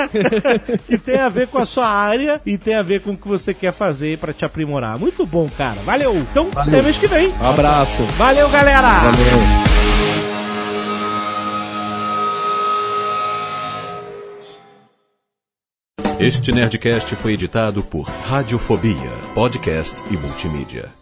S2: que tem a ver com a sua área e tem a ver com o que você quer fazer pra te aprimorar. Muito bom, cara. Valeu. Então, até mês que vem.
S3: Um abraço.
S2: Valeu, galera.
S3: Valeu.
S1: Este Nerdcast foi editado por Radiofobia, podcast e multimídia.